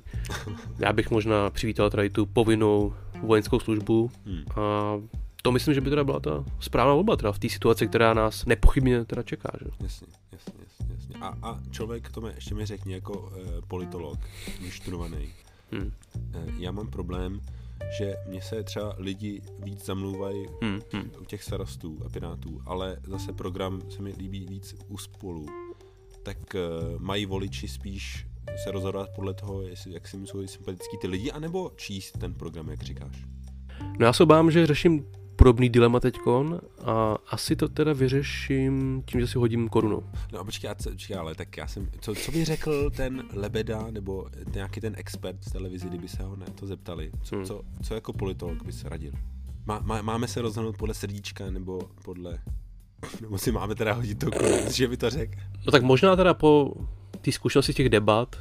Já bych možná přivítal tady tu povinnou vojenskou službu hmm. a to myslím, že by teda byla ta správná volba teda v té situaci, která nás nepochybně teda čeká. Že? Jasně, jasně, jasně, jasně. A, a člověk, to mě ještě mi řekni jako e, politolog, vyštudovaný. Hmm. E, já mám problém, že mě se třeba lidi víc zamlouvají hmm. hmm. u těch starostů a pirátů, ale zase program se mi líbí víc u Spolu. Tak e, mají voliči spíš se rozhodovat podle toho, jestli, jak si mi jsou sympatický ty lidi, anebo číst ten program, jak říkáš? No já se obávám, že řeším podobný dilema teďkon a asi to teda vyřeším tím, že si hodím korunu. No a počkej, počkej ale tak já jsem, co, co by řekl ten Lebeda, nebo nějaký ten expert z televizi, kdyby se ho na to zeptali, co, hmm. co, co jako politolog by se radil? Má, má, máme se rozhodnout podle srdíčka, nebo podle, nebo si máme teda hodit to korunu, že by to řekl? No tak možná teda po té zkušenosti těch debat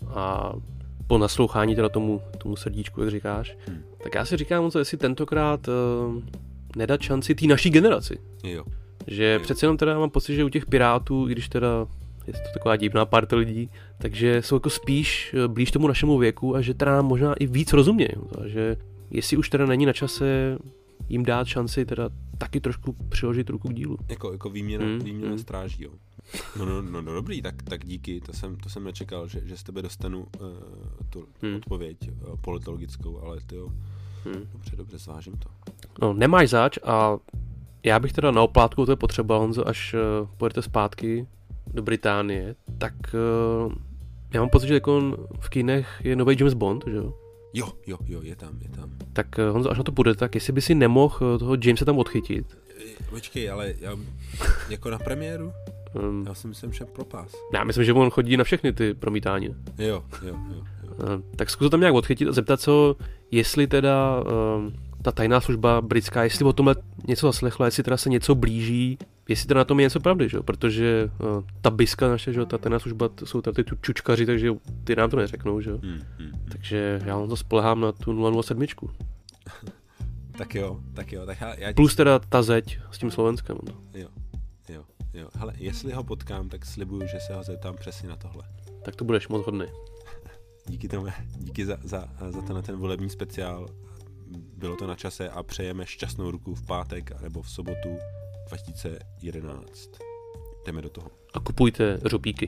a po naslouchání teda tomu, tomu srdíčku, jak říkáš, hmm. tak já si říkám, co jestli tentokrát uh, nedat šanci té naší generaci. Jo. Že jo. Přece jenom teda mám pocit, že u těch Pirátů, i když teda je to taková divná parta lidí, takže jsou jako spíš blíž tomu našemu věku a že teda nám možná i víc rozumějí. Takže jestli už teda není na čase jim dát šanci teda taky trošku přiložit ruku k dílu. Jako, jako výměna, hmm. výměna hmm. stráží, jo. No, no, no, no dobrý, tak, tak díky, to jsem, to jsem nečekal, že, že z tebe dostanu uh, tu hmm. odpověď uh, politologickou, ale ty jo, hmm. dobře, dobře, zvážím to. No, nemáš zač a já bych teda na oplátku, to je potřeba, Honzo, až uh, pojedete zpátky do Británie, tak uh, já mám pocit, že jako v kinech je nový James Bond, že jo? Jo, jo, jo, je tam, je tam. Tak uh, Honzo, až na to půjde, tak jestli by si nemohl toho Jamesa tam odchytit. Počkej, ale já, jako na premiéru? Um, já si myslím, že propás. Já myslím, že on chodí na všechny ty promítání. Jo, jo, jo. jo. Uh, tak zkus tam nějak odchytit a zeptat se, jestli teda uh, ta tajná služba britská, jestli o tomhle něco zaslechla, jestli teda se něco blíží, jestli teda na tom je něco pravdy, že? Protože uh, ta biska naše, že? Ta tajná služba, to jsou tady ty čučkaři, takže ty nám to neřeknou, že? Hmm, hmm, hmm. Takže já on to spolehám na tu nula nula sedm. Tak jo, tak jo. Tak já, já... Plus teda ta zeď s tím Slovenskem. No. Jo, jo, jo. Hele, jestli ho potkám, tak slibuju, že se ho zeptám přesně na tohle. Tak to budeš moc hodný. Díky tomu, díky za, za, za ten, ten volební speciál. Bylo to na čase a přejeme šťastnou ruku v pátek nebo v sobotu dva tisíce jedenáct. Jdeme do toho. A kupujte řopíky.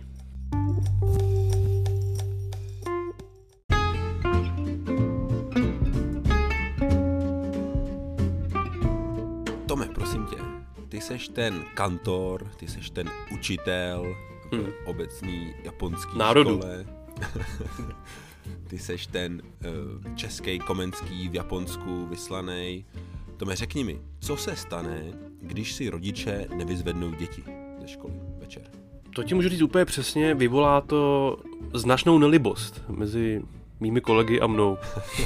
Tome, prosím tě, ty seš ten kantor, ty seš ten učitel v hmm. obecní japonský národu. Škole. Ty seš ten uh, český Komenský v Japonsku vyslanej. Tome, řekni mi, co se stane, když si rodiče nevyzvednou děti ze školy večer? To ti můžu říct úplně přesně, vyvolá to značnou nelibost mezi mými kolegy a mnou.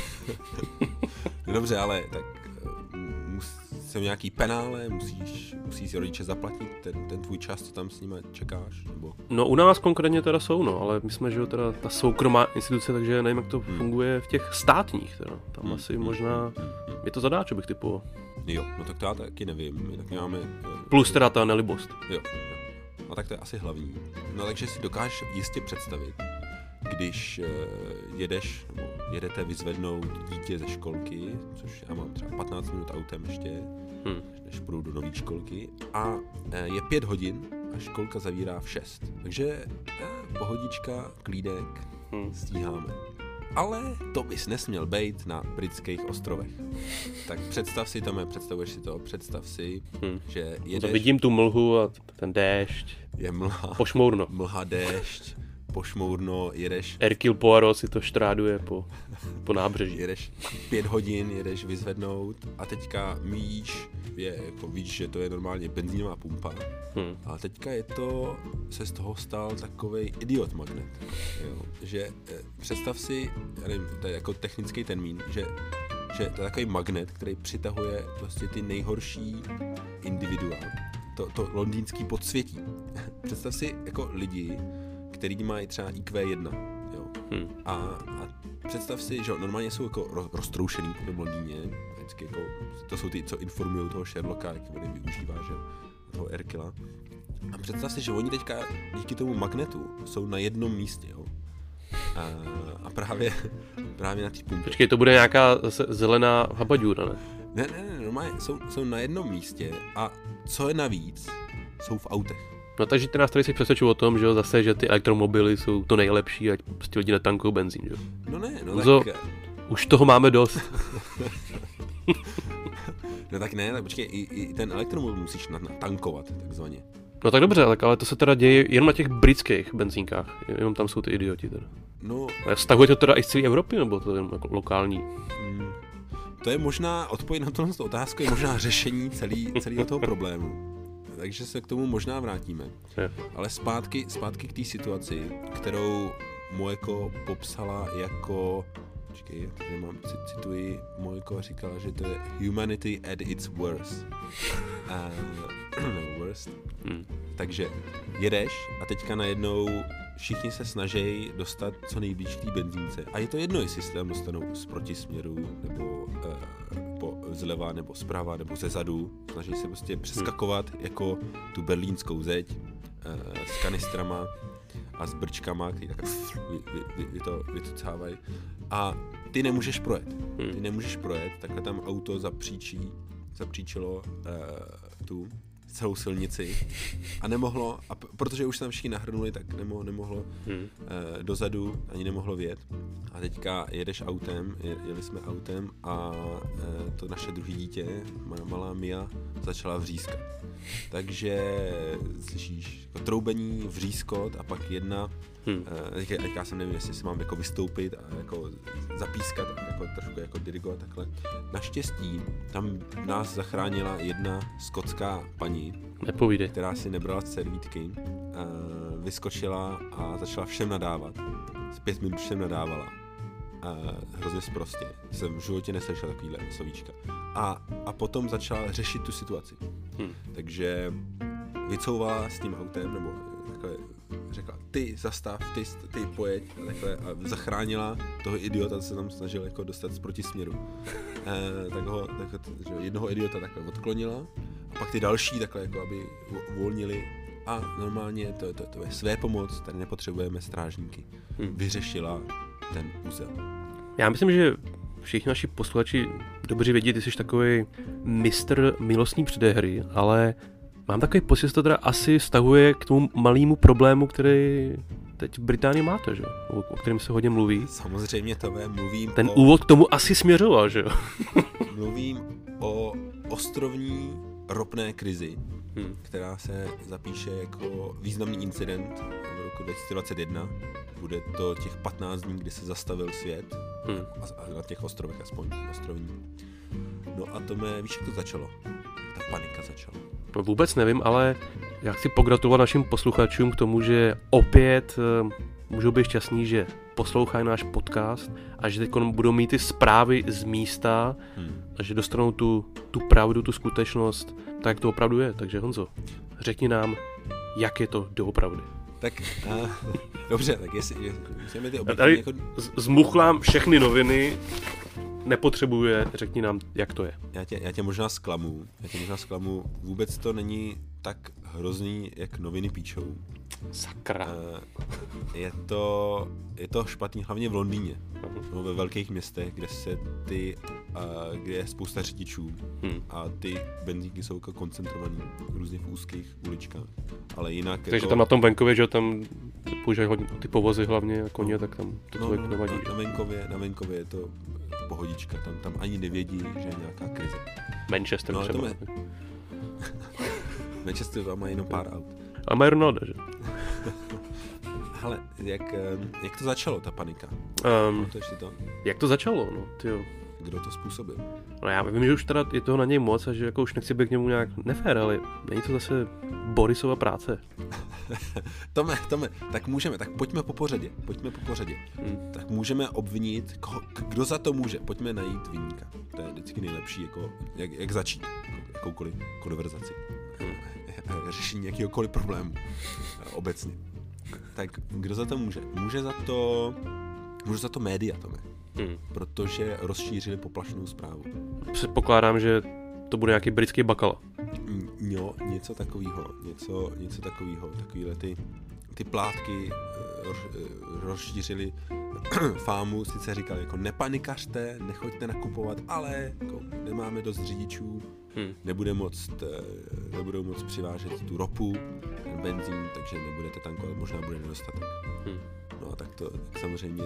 No dobře, ale tak jsou nějaký penále, musíš, musíš si rodiče zaplatit ten, ten tvůj čas, co tam s nimi čekáš? Nebo... No u nás konkrétně teda jsou, no, ale my jsme, že jo, teda ta soukromá instituce, takže nevím, jak to hmm. funguje v těch státních, teda. Tam hmm. asi hmm. možná, je to zadáčo, bych typoval. Jo, no tak to já taky nevím, my taky máme... Plus teda ta nelibost. Jo, jo, no tak to je asi hlavní. No takže si dokážeš jistě představit, když uh, jedeš, nebo jedete vyzvednout dítě ze školky, což já mám třeba patnáct minut autem ještě, hmm. než půjdu do nový školky, a uh, je pět hodin a školka zavírá v šest. Takže uh, pohodička, klídek, hmm. stíháme. ale to bys nesměl být na britských ostrovech. Tak představ si, Tome, představuješ si to, představ si, hmm. že jedeš... Vidím tu mlhu a ten déšť. Je mlha. Pošmourno. Mlha, déšť, pošmourno, jedeš... Hercule Poirot si to štráduje po, po nábřeží. Jedeš pět hodin, jedeš vyzvednout a teďka míš, je, jako víš, že to je normálně benzínová pumpa, hmm. a teďka je to, se z toho stal takovej idiot magnet. Jo? Že představ si, já nevím, to je jako technický termín, že, že to je takový magnet, který přitahuje prostě ty nejhorší individua. To, to londýnský podsvětí. Představ si jako lidi, který mají třeba í kvé jedna. Jo? Hmm. A, a představ si, že normálně jsou jako roztroušený po tom Londýně. Vždycky jako, to jsou ty, co informují toho Sherlocka, jak on využívá, že toho Hercula. A představ si, že oni teďka díky tomu magnetu jsou na jednom místě. Jo? A, a právě, právě na té pumpě. Počkej, to bude nějaká zelená habaďůra, ne? Ne, ne, ne, normálně jsou, jsou na jednom místě a co je navíc, jsou v autech. No takže ty nás tady si přesvědčují o tom, že jo, zase, že ty elektromobily jsou to nejlepší, ať prostě lidi netankují benzín, že jo? No ne, no Uzo, tak... Už toho máme dost. No tak ne, tak počkej, i, i ten elektromobil musíš natankovat, takzvaně. No tak dobře, tak ale to se teda děje jenom na těch britských benzínkách, jenom tam jsou ty idioti teda. No... Ale vztahuje to teda i z celé Evropy, nebo to je jako lokální? Hmm, to je možná, odpověď na tuhle otázku je možná řešení celý, celého toho problému. Takže se k tomu možná vrátíme. Je. Ale zpátky, zpátky k té situaci, kterou Mojko popsala jako... Počkej, tady mám, cituji, Mojko říkala, že to je humanity at its worst. Uh, no, worst. Hmm. Takže jedeš a teďka najednou všichni se snaží dostat co nejblíž k té benzínce. A je to jedno, jestli se tam dostanou z protisměru, nebo uh, po, zleva, nebo zprava, nebo ze zadu. Snaží se prostě přeskakovat hmm. jako tu berlínskou zeď uh, s kanistrama a s brčkama, který tak vy, vy, vy, vy to vytucávají. A ty nemůžeš projet. Ty nemůžeš projet, takhle tam auto zapříčí, zapříčilo uh, tu celou silnici a nemohlo, a p- protože už se tam všichni nahrnuli, tak nemohlo, nemohlo hmm. uh, dozadu, ani nemohlo vjet. A teďka jedeš autem, je, jeli jsme autem a uh, to naše druhé dítě, malá Mia, začala vřískat. Takže slyšíš jako troubení, vřískot a pak jedna, hmm. uh, já jsem nevím, jestli si mám jako vystoupit a jako zapískat a jako trošku jako dirigovat takhle. Naštěstí tam nás zachránila jedna skotská paní, Nepovídej. která si nebrala servítky, uh, vyskočila a začala všem nadávat. Z pět minut všem nadávala. Uh, hrozně sprostě. Jsem v životě neslyšel takovýhle slovíčka. A, a potom začala řešit tu situaci. Hmm. Takže vycouvala s tím autem, nebo takhle řekla, ty zastav, ty, ty pojeď, a, takhle, a zachránila toho idiota, co se tam snažil jako dostat z protisměru. Uh, tak ho, tak, že jednoho idiota takhle odklonila, a pak ty další takhle, jako aby uvolnili. A normálně to, to, to je své pomoc, tady nepotřebujeme strážníky. Hmm. Vyřešila ten úzel. Já myslím, že všichni naši posluchači dobře vědí, ty jsi takový mistr milostní předehry, ale mám takový pocit, že to teda asi vztahuje k tomu malému problému, který teď v Británii máte, že? O kterém se hodně mluví. Samozřejmě to ve, mluvím Ten o... úvod k tomu asi směřoval, že jo? Mluvím o ostrovní ropné krizi, hmm. která se zapíše jako významný incident v roku dva tisíce dvacet jedna. Bude to těch patnáct dní, kdy se zastavil svět, hmm. a na těch ostrovech aspoň, ostrovní. No a to mě, víš, jak to začalo? Ta panika začala. No vůbec nevím, ale já chci pogratulovat našim posluchačům k tomu, že opět uh, můžou být šťastní, že poslouchají náš podcast a že teď budou mít ty zprávy z místa hmm. a že dostanou tu, tu pravdu, tu skutečnost, tak jak to opravdu je. Takže Honzo, řekni nám, jak je to doopravdy. Tak, a, dobře, tak jestli, jestli ty objektivní jako... Zmuchlám všechny noviny, nepotřebuje, řekni nám, jak to je. Já tě, já tě možná zklamu, já tě možná zklamu, vůbec to není tak hrozný, jak noviny píčou. Sakra. Je to, je to špatný hlavně v Londýně, uh-huh. no, ve velkých městech, kde se ty, uh, kde je spousta řidičů hmm. a ty benzínky jsou jako koncentrovaný v různých úzkých uličkách, ale jinak takže jako... tam na tom venkově, že tam používají hodně ty povozy hlavně a koně, no, tak tam to člověk no, no, nevadí. Na, na, venkově, na venkově je to pohodička, tam, tam ani nevědí, že je nějaká krize. Manchester no, třeba. Je... Manchester tam má jenom pár aut. Ale mají Ronalda, že? Hele, jak, jak to začalo, ta panika? Um, to ještě to? Jak to začalo, no, tyjo. Kdo to způsobil? No já vím, že už teda je toho na něj moc a že jako už nechci být k němu nějak nefér, ale není to zase Borisova práce. Tome, Tome, tak můžeme, tak pojďme po pořadě, pojďme po pořadě. Hmm. Tak můžeme obvinit, koho, kdo za to může, pojďme najít viníka. To je vždycky nejlepší, jako, jak, jak začít, jako, jakoukoliv konverzaci. Hmm. Řešení jakýhokoliv problému, obecně. Tak kdo za to může? Může za to, může za to média, Tome. Hmm. Protože rozšířili poplašnou zprávu. Předpokládám, že to bude nějaký britský Bakala. Jo, něco takového, něco, něco takového, takovýhle ty, ty plátky roz, rozšířili fámu, sice říkali jako nepanikařte, nechoďte nakupovat, ale jako nemáme dost řidičů, hmm. nebude moct, nebudou moct přivážet tu ropu, ten benzín, takže nebudete tankovat, možná bude nedostatek. Hmm. No tak to tak samozřejmě.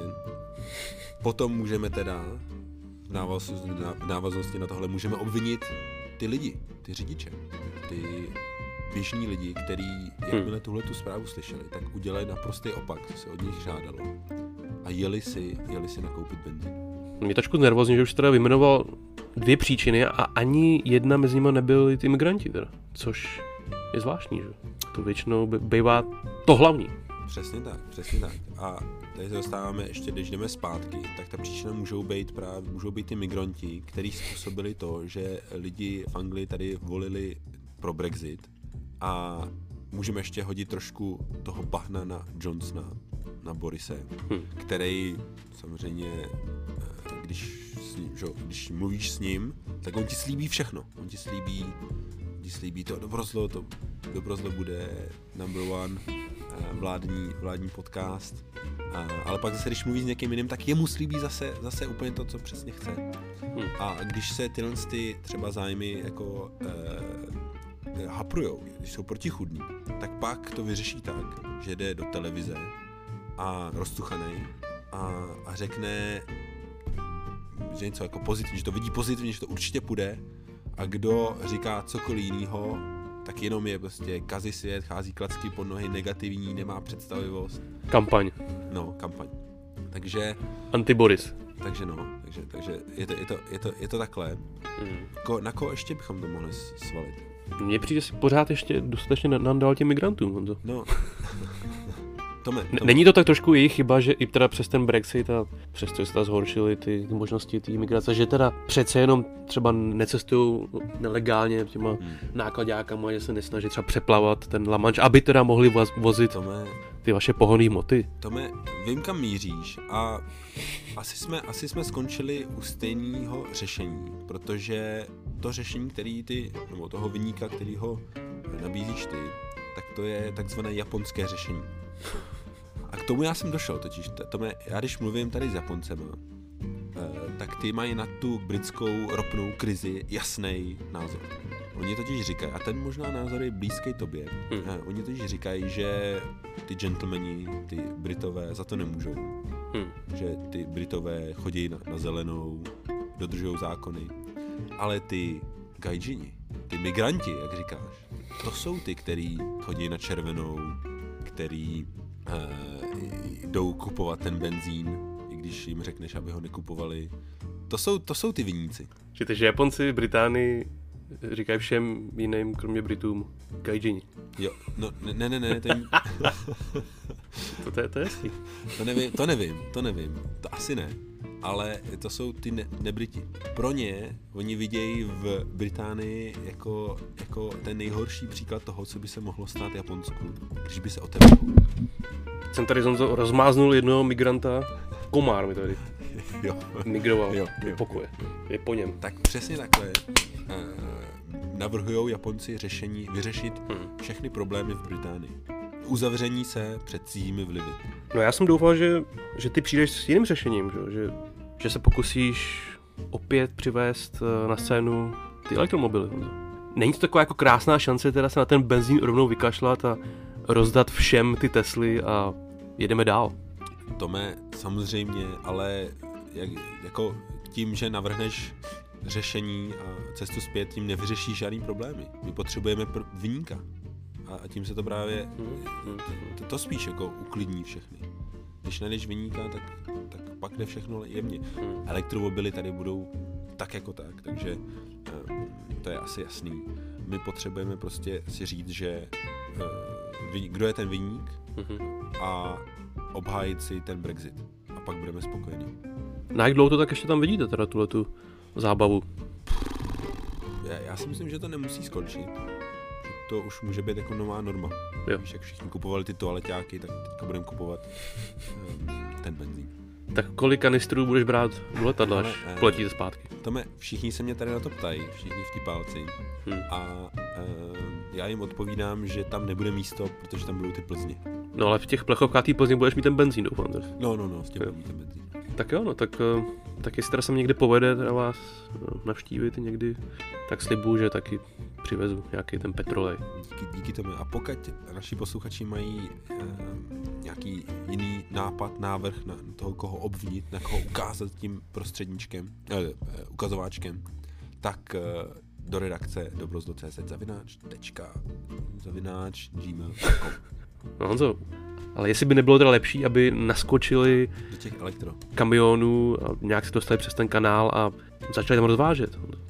Potom můžeme teda v návaznosti, v návaznosti na tohle můžeme obvinit ty lidi, ty řidiče, ty běžní lidi, kteří jakmile tuhle tu zprávu slyšeli, tak udělají naprostý opak, co se od nich žádalo a jeli si, jeli si nakoupit benzín. Mě trošku nervózní, že už teda vyjmenoval dvě příčiny a ani jedna mezi nimi nebyli ty imigranti teda, což je zvláštní, že? To většinou bývá to hlavní. Přesně tak, přesně tak. A tady se dostáváme ještě, když jdeme zpátky, tak ta příčina můžou být právě, můžou být ty migranti, kteří způsobili to, že lidi v Anglii tady volili pro Brexit a můžeme ještě hodit trošku toho bahna na Johnsona, na Borise, hmm. který samozřejmě, když, s ním, že, když mluvíš s ním, tak on ti slíbí všechno. On ti slíbí, ti slíbí to dobrozlo, to dobrozlo bude number one, vládní, vládní podcast, a, ale pak zase, když mluví s někým jiným, tak jemu slíbí zase, zase úplně to, co přesně chce. Hmm. A když se tyhle ty třeba zájmy jako eh, haprujou, když jsou protichůdní, tak pak to vyřeší tak, že jde do televize a roztuchanej a, a řekne, že něco jako pozitivní, že to vidí pozitivně, že to určitě půjde, a kdo říká cokoliv jinýho, tak jenom je prostě kazí svět, chází klacky pod nohy, negativní, nemá představivost. Kampaň. No, kampaň. Takže... Anti-Boris. Takže no, takže, takže je, to, je, to, je, to, je to takhle. Mm. Ko, na koho ještě bychom to mohli svalit? Mně přijde si pořád ještě dostatečně nandal těm migrantům, Honzo. No. Tome, tome. Není to tak trošku jejich chyba, že i teda přes ten Brexit a přes to, že se teda zhoršily ty, ty možnosti té imigrace, že teda přece jenom třeba necestují nelegálně těma hmm. nákladákama, že se nesnaží třeba přeplavat ten La Manche, aby teda mohli voz, vozit Tome, ty vaše pohonné hmoty. Tome, vím, kam míříš a asi jsme, asi jsme skončili u stejného řešení, protože to řešení, který ty, nebo toho viníka, který ho nabízíš ty, tak to je takzvané japonské řešení. A k tomu já jsem došel, totiž Tome, já když mluvím tady s Japoncema, tak ty mají na tu britskou ropnou krizi jasný názor. Oni totiž říkají, a ten možná názor je blízký tobě, hmm. oni totiž říkají, že ty gentlemani, ty Britové za to nemůžou. Hmm. Že ty Britové chodí na, na zelenou, dodržují zákony, ale ty gaijini, ty migranti, jak říkáš, to jsou ty, který chodí na červenou, který uh, jdou kupovat ten benzín, i když jim řekneš, aby ho nekupovali. To jsou, to jsou ty viníci. Takže Japonci v Británii říkají všem jiným, kromě Britům, gaijini. Jo, no ne, ne, ne, to jim... to, to je to hezký. To nevím, to nevím, to nevím, to asi ne. Ale to jsou ty ne- nebriti. Pro ně, oni vidějí v Británii jako, jako ten nejhorší příklad toho, co by se mohlo stát Japonsku, když by se otevřelo. Jsem tady Zonzo rozmáznul jednoho migranta, komár mi tady jo. migroval jo, do pokoje. Je po něm. Tak přesně takhle uh, navrhujou Japonci řešení, vyřešit hmm. všechny problémy v Británii. uzavření se před cizími vlivy. No já jsem doufal, že, že ty přijdeš s jiným řešením, že, že se pokusíš opět přivést na scénu ty elektromobily. Není to taková jako krásná šance teda se na ten benzín rovnou vykašlat a rozdat všem ty Tesly a jedeme dál? Tome, samozřejmě, ale jak, jako tím, že navrhneš řešení a cestu zpět, tím nevyřešíš žádný problémy. My potřebujeme pr- viníka. A tím se to právě, to, to spíš jako uklidní všechny. Když najdeš viníka, tak, tak pak jde všechno jemně. Elektromobily tady budou tak jako tak, takže to je asi jasný. My potřebujeme prostě si říct, že kdo je ten viník a obhájit si ten Brexit. A pak budeme spokojení. Na jak dlouho to tak ještě tam vidíte, teda tuhletu zábavu? Já, já si myslím, že to nemusí skončit. To už může být jako nová norma. Jo. Víš, jak všichni kupovali ty toaleťáky, tak teďka budeme kupovat um, ten benzín. Tak kolik kanistrů budeš brát do letadla, až eh, poletíte zpátky? Tome, všichni se mě tady na to ptají, všichni vtipálci. Hmm. A um, já jim odpovídám, že tam nebude místo, protože tam budou ty Plzně. No ale v těch plechovkách té Plzni budeš mít ten benzín, doufám. No, no, no, v těch budeš mít ten benzín. Tak jo, no, tak, tak jestli teda se někdy povede teda vás navštívit někdy, tak slibuju, že taky přivezu nějaký ten petrolej. Díky, díky tomu. A pokud naši posluchači mají eh, nějaký jiný nápad, návrh na toho, koho obvinit, na koho ukázat tím prostředníčkem, eh, ukazováčkem, tak eh, do redakce dobrozdo.cz zavináč, tečka, zavináč, gmail tečka com. No Honzo, ale jestli by nebylo teda lepší, aby naskočili do těch elektro kamionů a nějak se dostali přes ten kanál a začali tam rozvážet.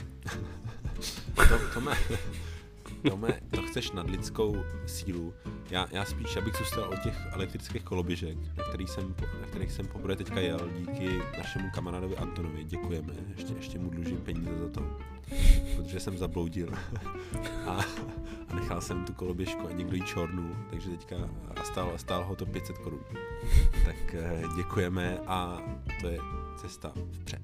To, to, mé, to, mé, to chceš nadlidskou sílu. Já, já spíš, abych zůstal od těch elektrických koloběžek, na kterých jsem, na kterých jsem poprvé teďka jel, díky našemu kamarádovi Antonovi. Děkujeme, ještě, ještě mu dlužím peníze za to, protože jsem zabloudil a, a nechal jsem tu koloběžku a někdo ji čornul, takže teďka a stál, stál ho to pět set korun. Tak děkujeme a to je cesta vpřed.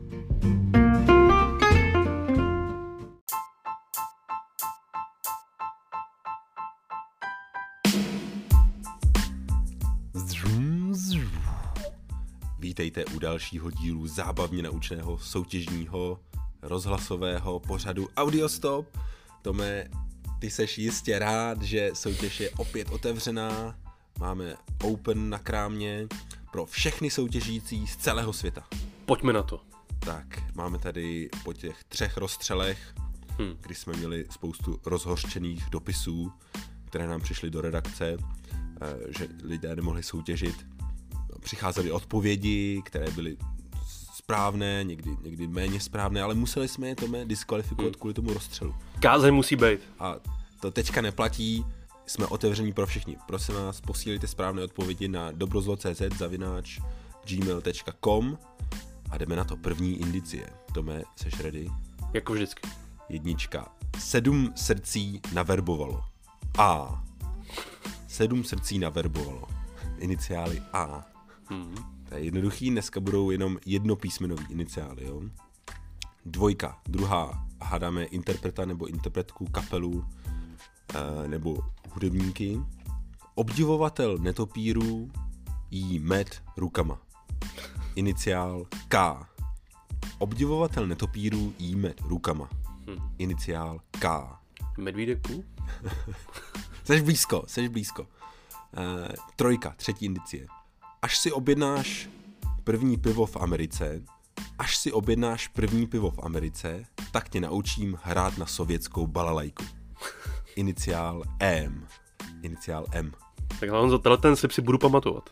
Vítejte u dalšího dílu zábavně naučného soutěžního rozhlasového pořadu Audiostop. Tome, ty seš jistě rád, že soutěž je opět otevřená. Máme open na krámě pro všechny soutěžící z celého světa. Pojďme na to. Tak, máme tady po těch třech rozstřelech, hmm. kdy jsme měli spoustu rozhořčených dopisů, které nám přišly do redakce, že lidé nemohli soutěžit. Přicházely odpovědi, které byly správné, někdy, někdy méně správné, ale museli jsme je Tome diskvalifikovat hmm. kvůli tomu rozstřelu. Kázeň musí být. A to teďka neplatí, jsme otevření pro všechny. Prosím vás, posílejte správné odpovědi na dobrozlo.cz zavináč gmail tečka com a jdeme na to. První indicie. Tome, seš ready? Jako vždycky. Jednička. Sedm srdcí naverbovalo. A. Sedm srdcí naverbovalo. Iniciály A. Hmm. To je jednoduchý, dneska budou jenom jednopísmenový iniciály, jo. Dvojka, druhá, hádáme interpreta nebo interpretku, kapelu e, nebo hudebníky. Obdivovatel netopírů jí med rukama. Iniciál K. Obdivovatel netopírů jí med rukama. Hmm. Iniciál K. Medvídeků? Seš blízko, seš blízko. E, trojka, třetí indicie. Až si objednáš první pivo v Americe, až si objednáš první pivo v Americe, tak tě naučím hrát na sovětskou balalajku. Iniciál M. Iniciál M. Tak Honzo, tenhle ten si budu pamatovat.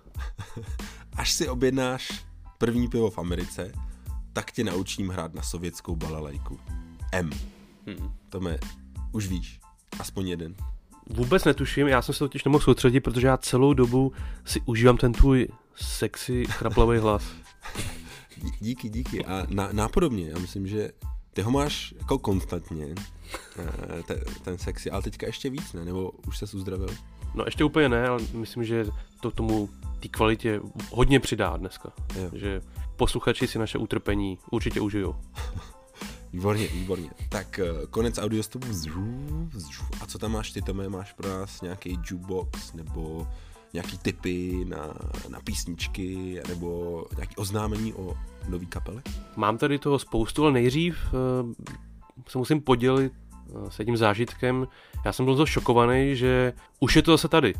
Až si objednáš první pivo v Americe, tak tě naučím hrát na sovětskou balalajku. M. Hmm. Tome, už víš, aspoň jeden. Vůbec netuším, já jsem se totiž nemohl soustředit, protože já celou dobu si užívám ten tvůj sexy chraplavý hlas. Díky, díky. A na, nápodobně, já myslím, že ty ho máš jako konstantně, ten, ten sexy, ale teďka ještě víc, ne? Nebo už ses uzdravil? No ještě úplně ne, ale myslím, že to tomu té kvalitě hodně přidá dneska. Jo. Že posluchači si naše utrpení určitě užijou. Výborně, výborně. Tak konec audiostopu. A co tam máš ty, Tome? Máš pro nás nějaký jukebox nebo nějaký tipy na, na písničky nebo nějaké oznámení o nový kapele? Mám tady toho spoustu, ale nejdřív uh, se musím podělit uh, s jedním zážitkem. Já jsem byl to šokovaný, že už je to zase tady.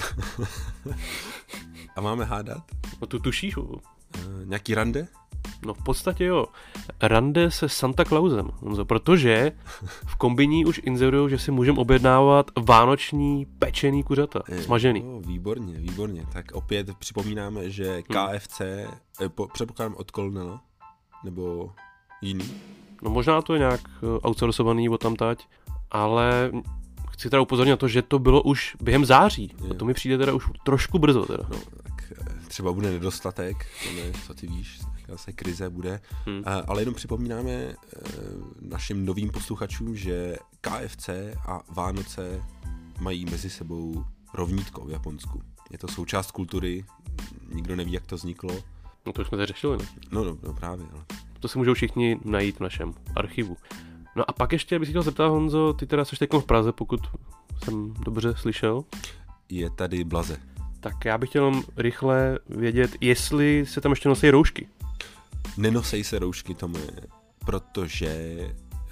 A máme hádat? No tu tušíš? Uh, nějaký rande? No v podstatě jo. Rande se Santa Clausem, Honzo, protože v Kombiní už inzerujou, že si můžeme objednávat vánoční pečený kuřata, je, smažený. No, výborně, výborně. Tak opět připomínáme, že K F C, hmm. po, předpokládám od Colonela, nebo jiný? No možná to je nějak outsourcovaný od tamtať, ale chci teda upozornit na to, že to bylo už během září. Je. A to mi přijde teda už trošku brzo teda. No, tak třeba bude nedostatek, to ne, co ty víš, zase krize bude, hmm. ale jenom připomínáme našim novým posluchačům, že K F C a Vánoce mají mezi sebou rovnítko v Japonsku. Je to součást kultury, nikdo neví, jak to vzniklo. No to už jsme to řešili, ne? No, no, no právě. Ale. To si můžou všichni najít v našem archivu. No a pak ještě bych chtěl zeptat, Honzo, ty teda jsi teď v Praze, pokud jsem dobře slyšel. Je tady Blaze. Tak já bych chtěl rychle vědět, jestli se tam ještě nosí roušky. Nenosej se roušky, Tome, protože e,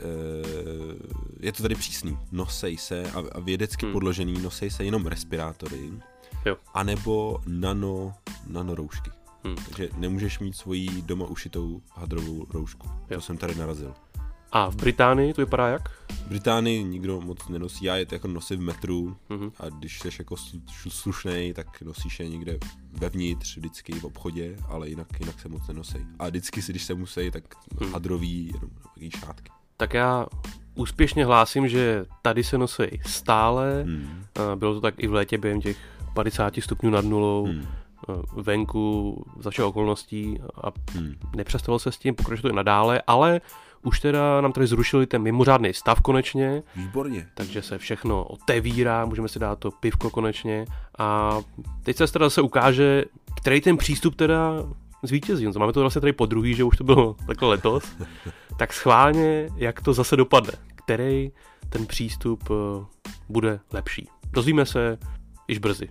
je to tady přísný. Nosej se a, a vědecky hmm. podložený, nosej se jenom respirátory, jo. anebo nano, nano roušky. Hmm. Takže nemůžeš mít svoji doma ušitou hadrovou roušku. Jo. To jsem tady narazil. A v Británii to vypadá jak? V Británii nikdo moc nenosí, já je to jako nosím v metru mm-hmm. a když jsi jako slušnej, tak nosíš je někde vevnitř, vždycky v obchodě, ale jinak, jinak se moc nenosej. A vždycky si, když se musí, tak mm. hadrový, jenom takový šátky. Tak já úspěšně hlásím, že tady se nosí stále, mm. bylo to tak i v létě během těch padesát stupňů nad nulou, mm. venku za všech okolností a mm. nepřestalo se s tím, pokračuje to i nadále, ale už teda nám tady zrušili ten mimořádný stav konečně. Výborně. Takže se všechno otevírá, můžeme si dát to pivko konečně. A teď se teda zase ukáže, který ten přístup teda zvítězí. Máme to vlastně tady po druhý, že už to bylo takhle letos. Tak schválně, jak to zase dopadne. Který ten přístup bude lepší. Dozvíme se již brzy.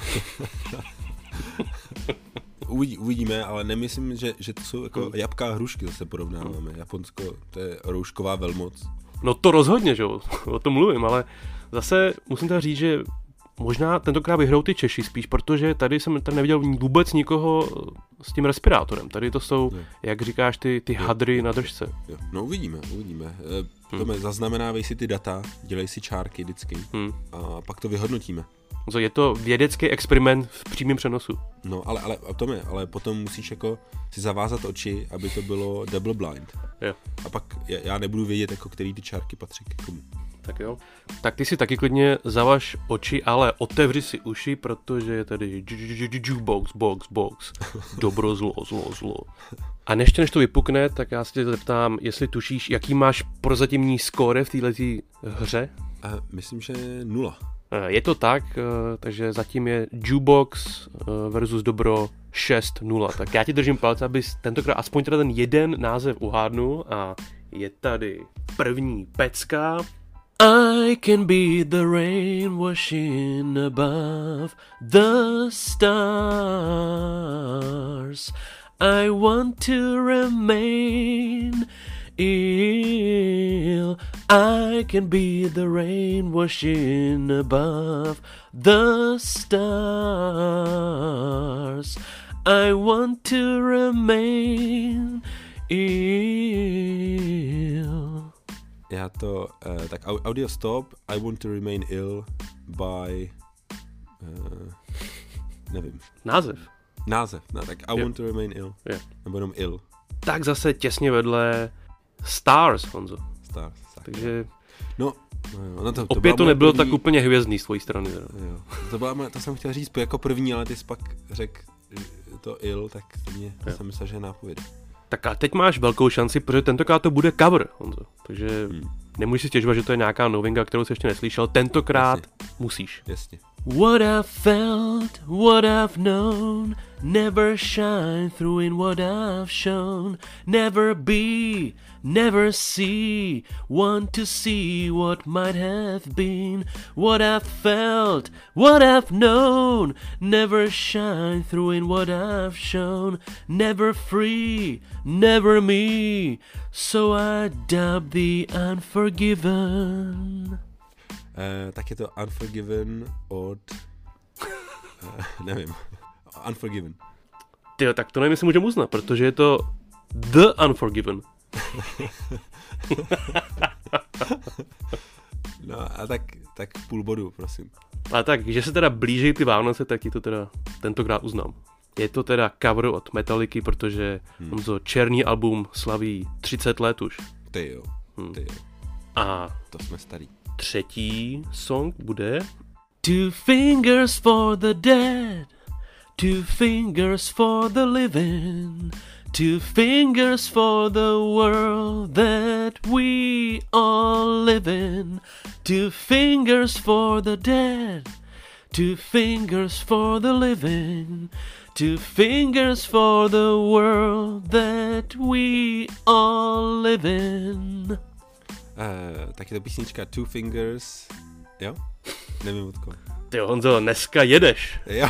Uvidí, uvidíme, ale nemyslím, že, že to jsou jako jabká a hrušky, zase porovnáváme. Japonsko, to je roušková velmoc. No to rozhodně, že jo, o tom mluvím, ale zase musím teda říct, že možná tentokrát vyhrou ty Češi spíš, protože tady jsem tady neviděl vůbec nikoho s tím respirátorem. Tady to jsou, je. jak říkáš, ty, ty hadry na držce. Jo. No uvidíme, uvidíme. E, Tome, hmm. zaznamenávej si ty data, dělej si čárky vždycky hmm. a pak to vyhodnotíme. Je to vědecký experiment v přímém přenosu. No, ale, ale, Tome, ale potom musíš jako si zavázat oči, aby to bylo double blind. Jo. A pak já nebudu vědět, jako který ty čárky patří k komu. Tak jo. Tak ty si taky klidně zavaž oči, ale otevři si uši, protože je tady jukebox, box, box. Dobro, zlo, zlo, zlo. A než než to vypukne, tak já se tě zeptám, jestli tušíš, jaký máš prozatímní skóre v této hře? Uh, myslím, že nula. Je to tak, takže zatím je Jukebox versus Dobro šest nula. Tak já ti držím palce, abys tentokrát aspoň teda ten jeden název uhádnul a je tady první pecka. I can be the rain washing above the stars. I want to remain ill. I can be the rain washing above the stars. I want to remain ill. Já to, uh, tak audio stop, I want to remain ill by, uh, nevím. Název. Název, no, tak I yeah. want to remain ill, yeah. nebo jenom ill. Tak zase těsně vedle Stars, Honzo. Stars. Tak. Takže no, no, no to, to opět to nebylo první... tak úplně hvězdný z tvojí strany. Jo. To, byla, to jsem chtěl říct jako první, ale ty jsi pak řekl to ill, tak to mě, to jsem myslel, že je nápověda. Tak a teď máš velkou šanci, protože tentokrát to bude cover, Honzo. Takže hmm. nemůžeš si stěžovat, že to je nějaká novinka, kterou jsi ještě neslyšel. Tentokrát Jasně. musíš. Jasně. What I've felt, what I've known, never shine through in what I've shown. Never be, never see, want to see what might have been. What I've felt, what I've known, never shine through in what I've shown. Never free, never me, so I dub the Unforgiven. Uh, tak je to Unforgiven od... Uh, nevím. Unforgiven. Tyjo, tak to nevím, jestli můžeme uznat, protože je to The Unforgiven. No a tak, tak půl bodu, prosím. A tak, že se teda blíží ty Vánoce, tak ti to teda tentokrát uznám. Je to teda cover od Metallicy, protože hmm. on to černý album slaví třicet let už. Ty jo, hmm. ty jo. A to jsme starý. Třetí song bude Two fingers for the dead, two fingers for the living, two fingers for the world that we all live in. Two fingers for the dead, two fingers for the living, two fingers for the world that we all live in. Uh, tak je to písnička Two Fingers, jo? Nevím odkud. Ty Honzo, dneska jedeš. Jo.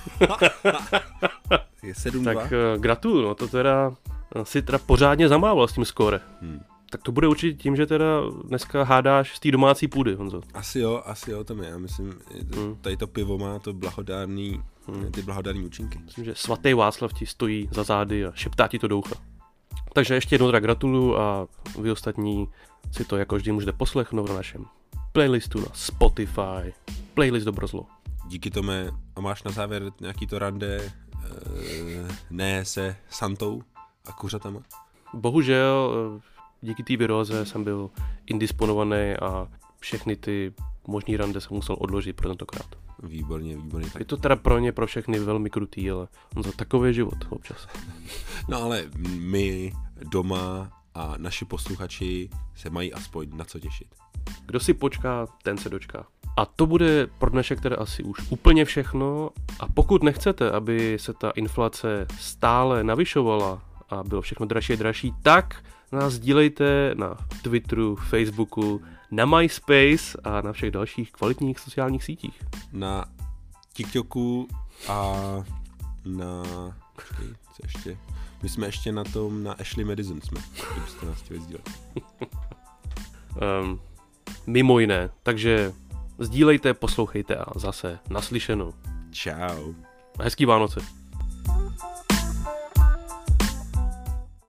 Je sedm dva. Tak uh, gratuluju, no to teda uh, si teda pořádně zamával s tím skóre. Hmm. Tak to bude určitě tím, že teda dneska hádáš z té domácí půdy, Honzo. Asi jo, asi jo, tam je. Já myslím, hmm. tady to pivo má to blahodárný, hmm. ty blahodárný účinky. Myslím, že svatý Václav ti stojí za zády a šeptá ti to do ucha. Takže ještě jednou teda gratuluju a vy ostatní si to jako vždy můžete poslechnout na našem playlistu na Spotify. Playlist Dobrozlo. Díky Tome. A máš na závěr nějaký to rande e, ne se Santou a kuřatama? Bohužel díky té viróze jsem byl indisponovaný a všechny ty možný rande jsem musel odložit pro tentokrát. Výborně, výborně. Je to teda pro ně, pro všechny velmi krutý, ale za takový život občas. No ale my doma a naši posluchači se mají aspoň na co těšit. Kdo si počká, ten se dočká. A to bude pro dnešek teda asi už úplně všechno. A pokud nechcete, aby se ta inflace stále navyšovala a bylo všechno dražší a dražší, tak nás sdílejte na Twitteru, Facebooku, na MySpace a na všech dalších kvalitních sociálních sítích. Na TikToku a na... Počkej, co ještě? My jsme ještě na tom, na Ashley Madison jsme, kdybyste nás chtěli sdílet. um, mimo jiné, takže sdílejte, poslouchejte a zase naslyšenou. Čau. Hezký Vánoce.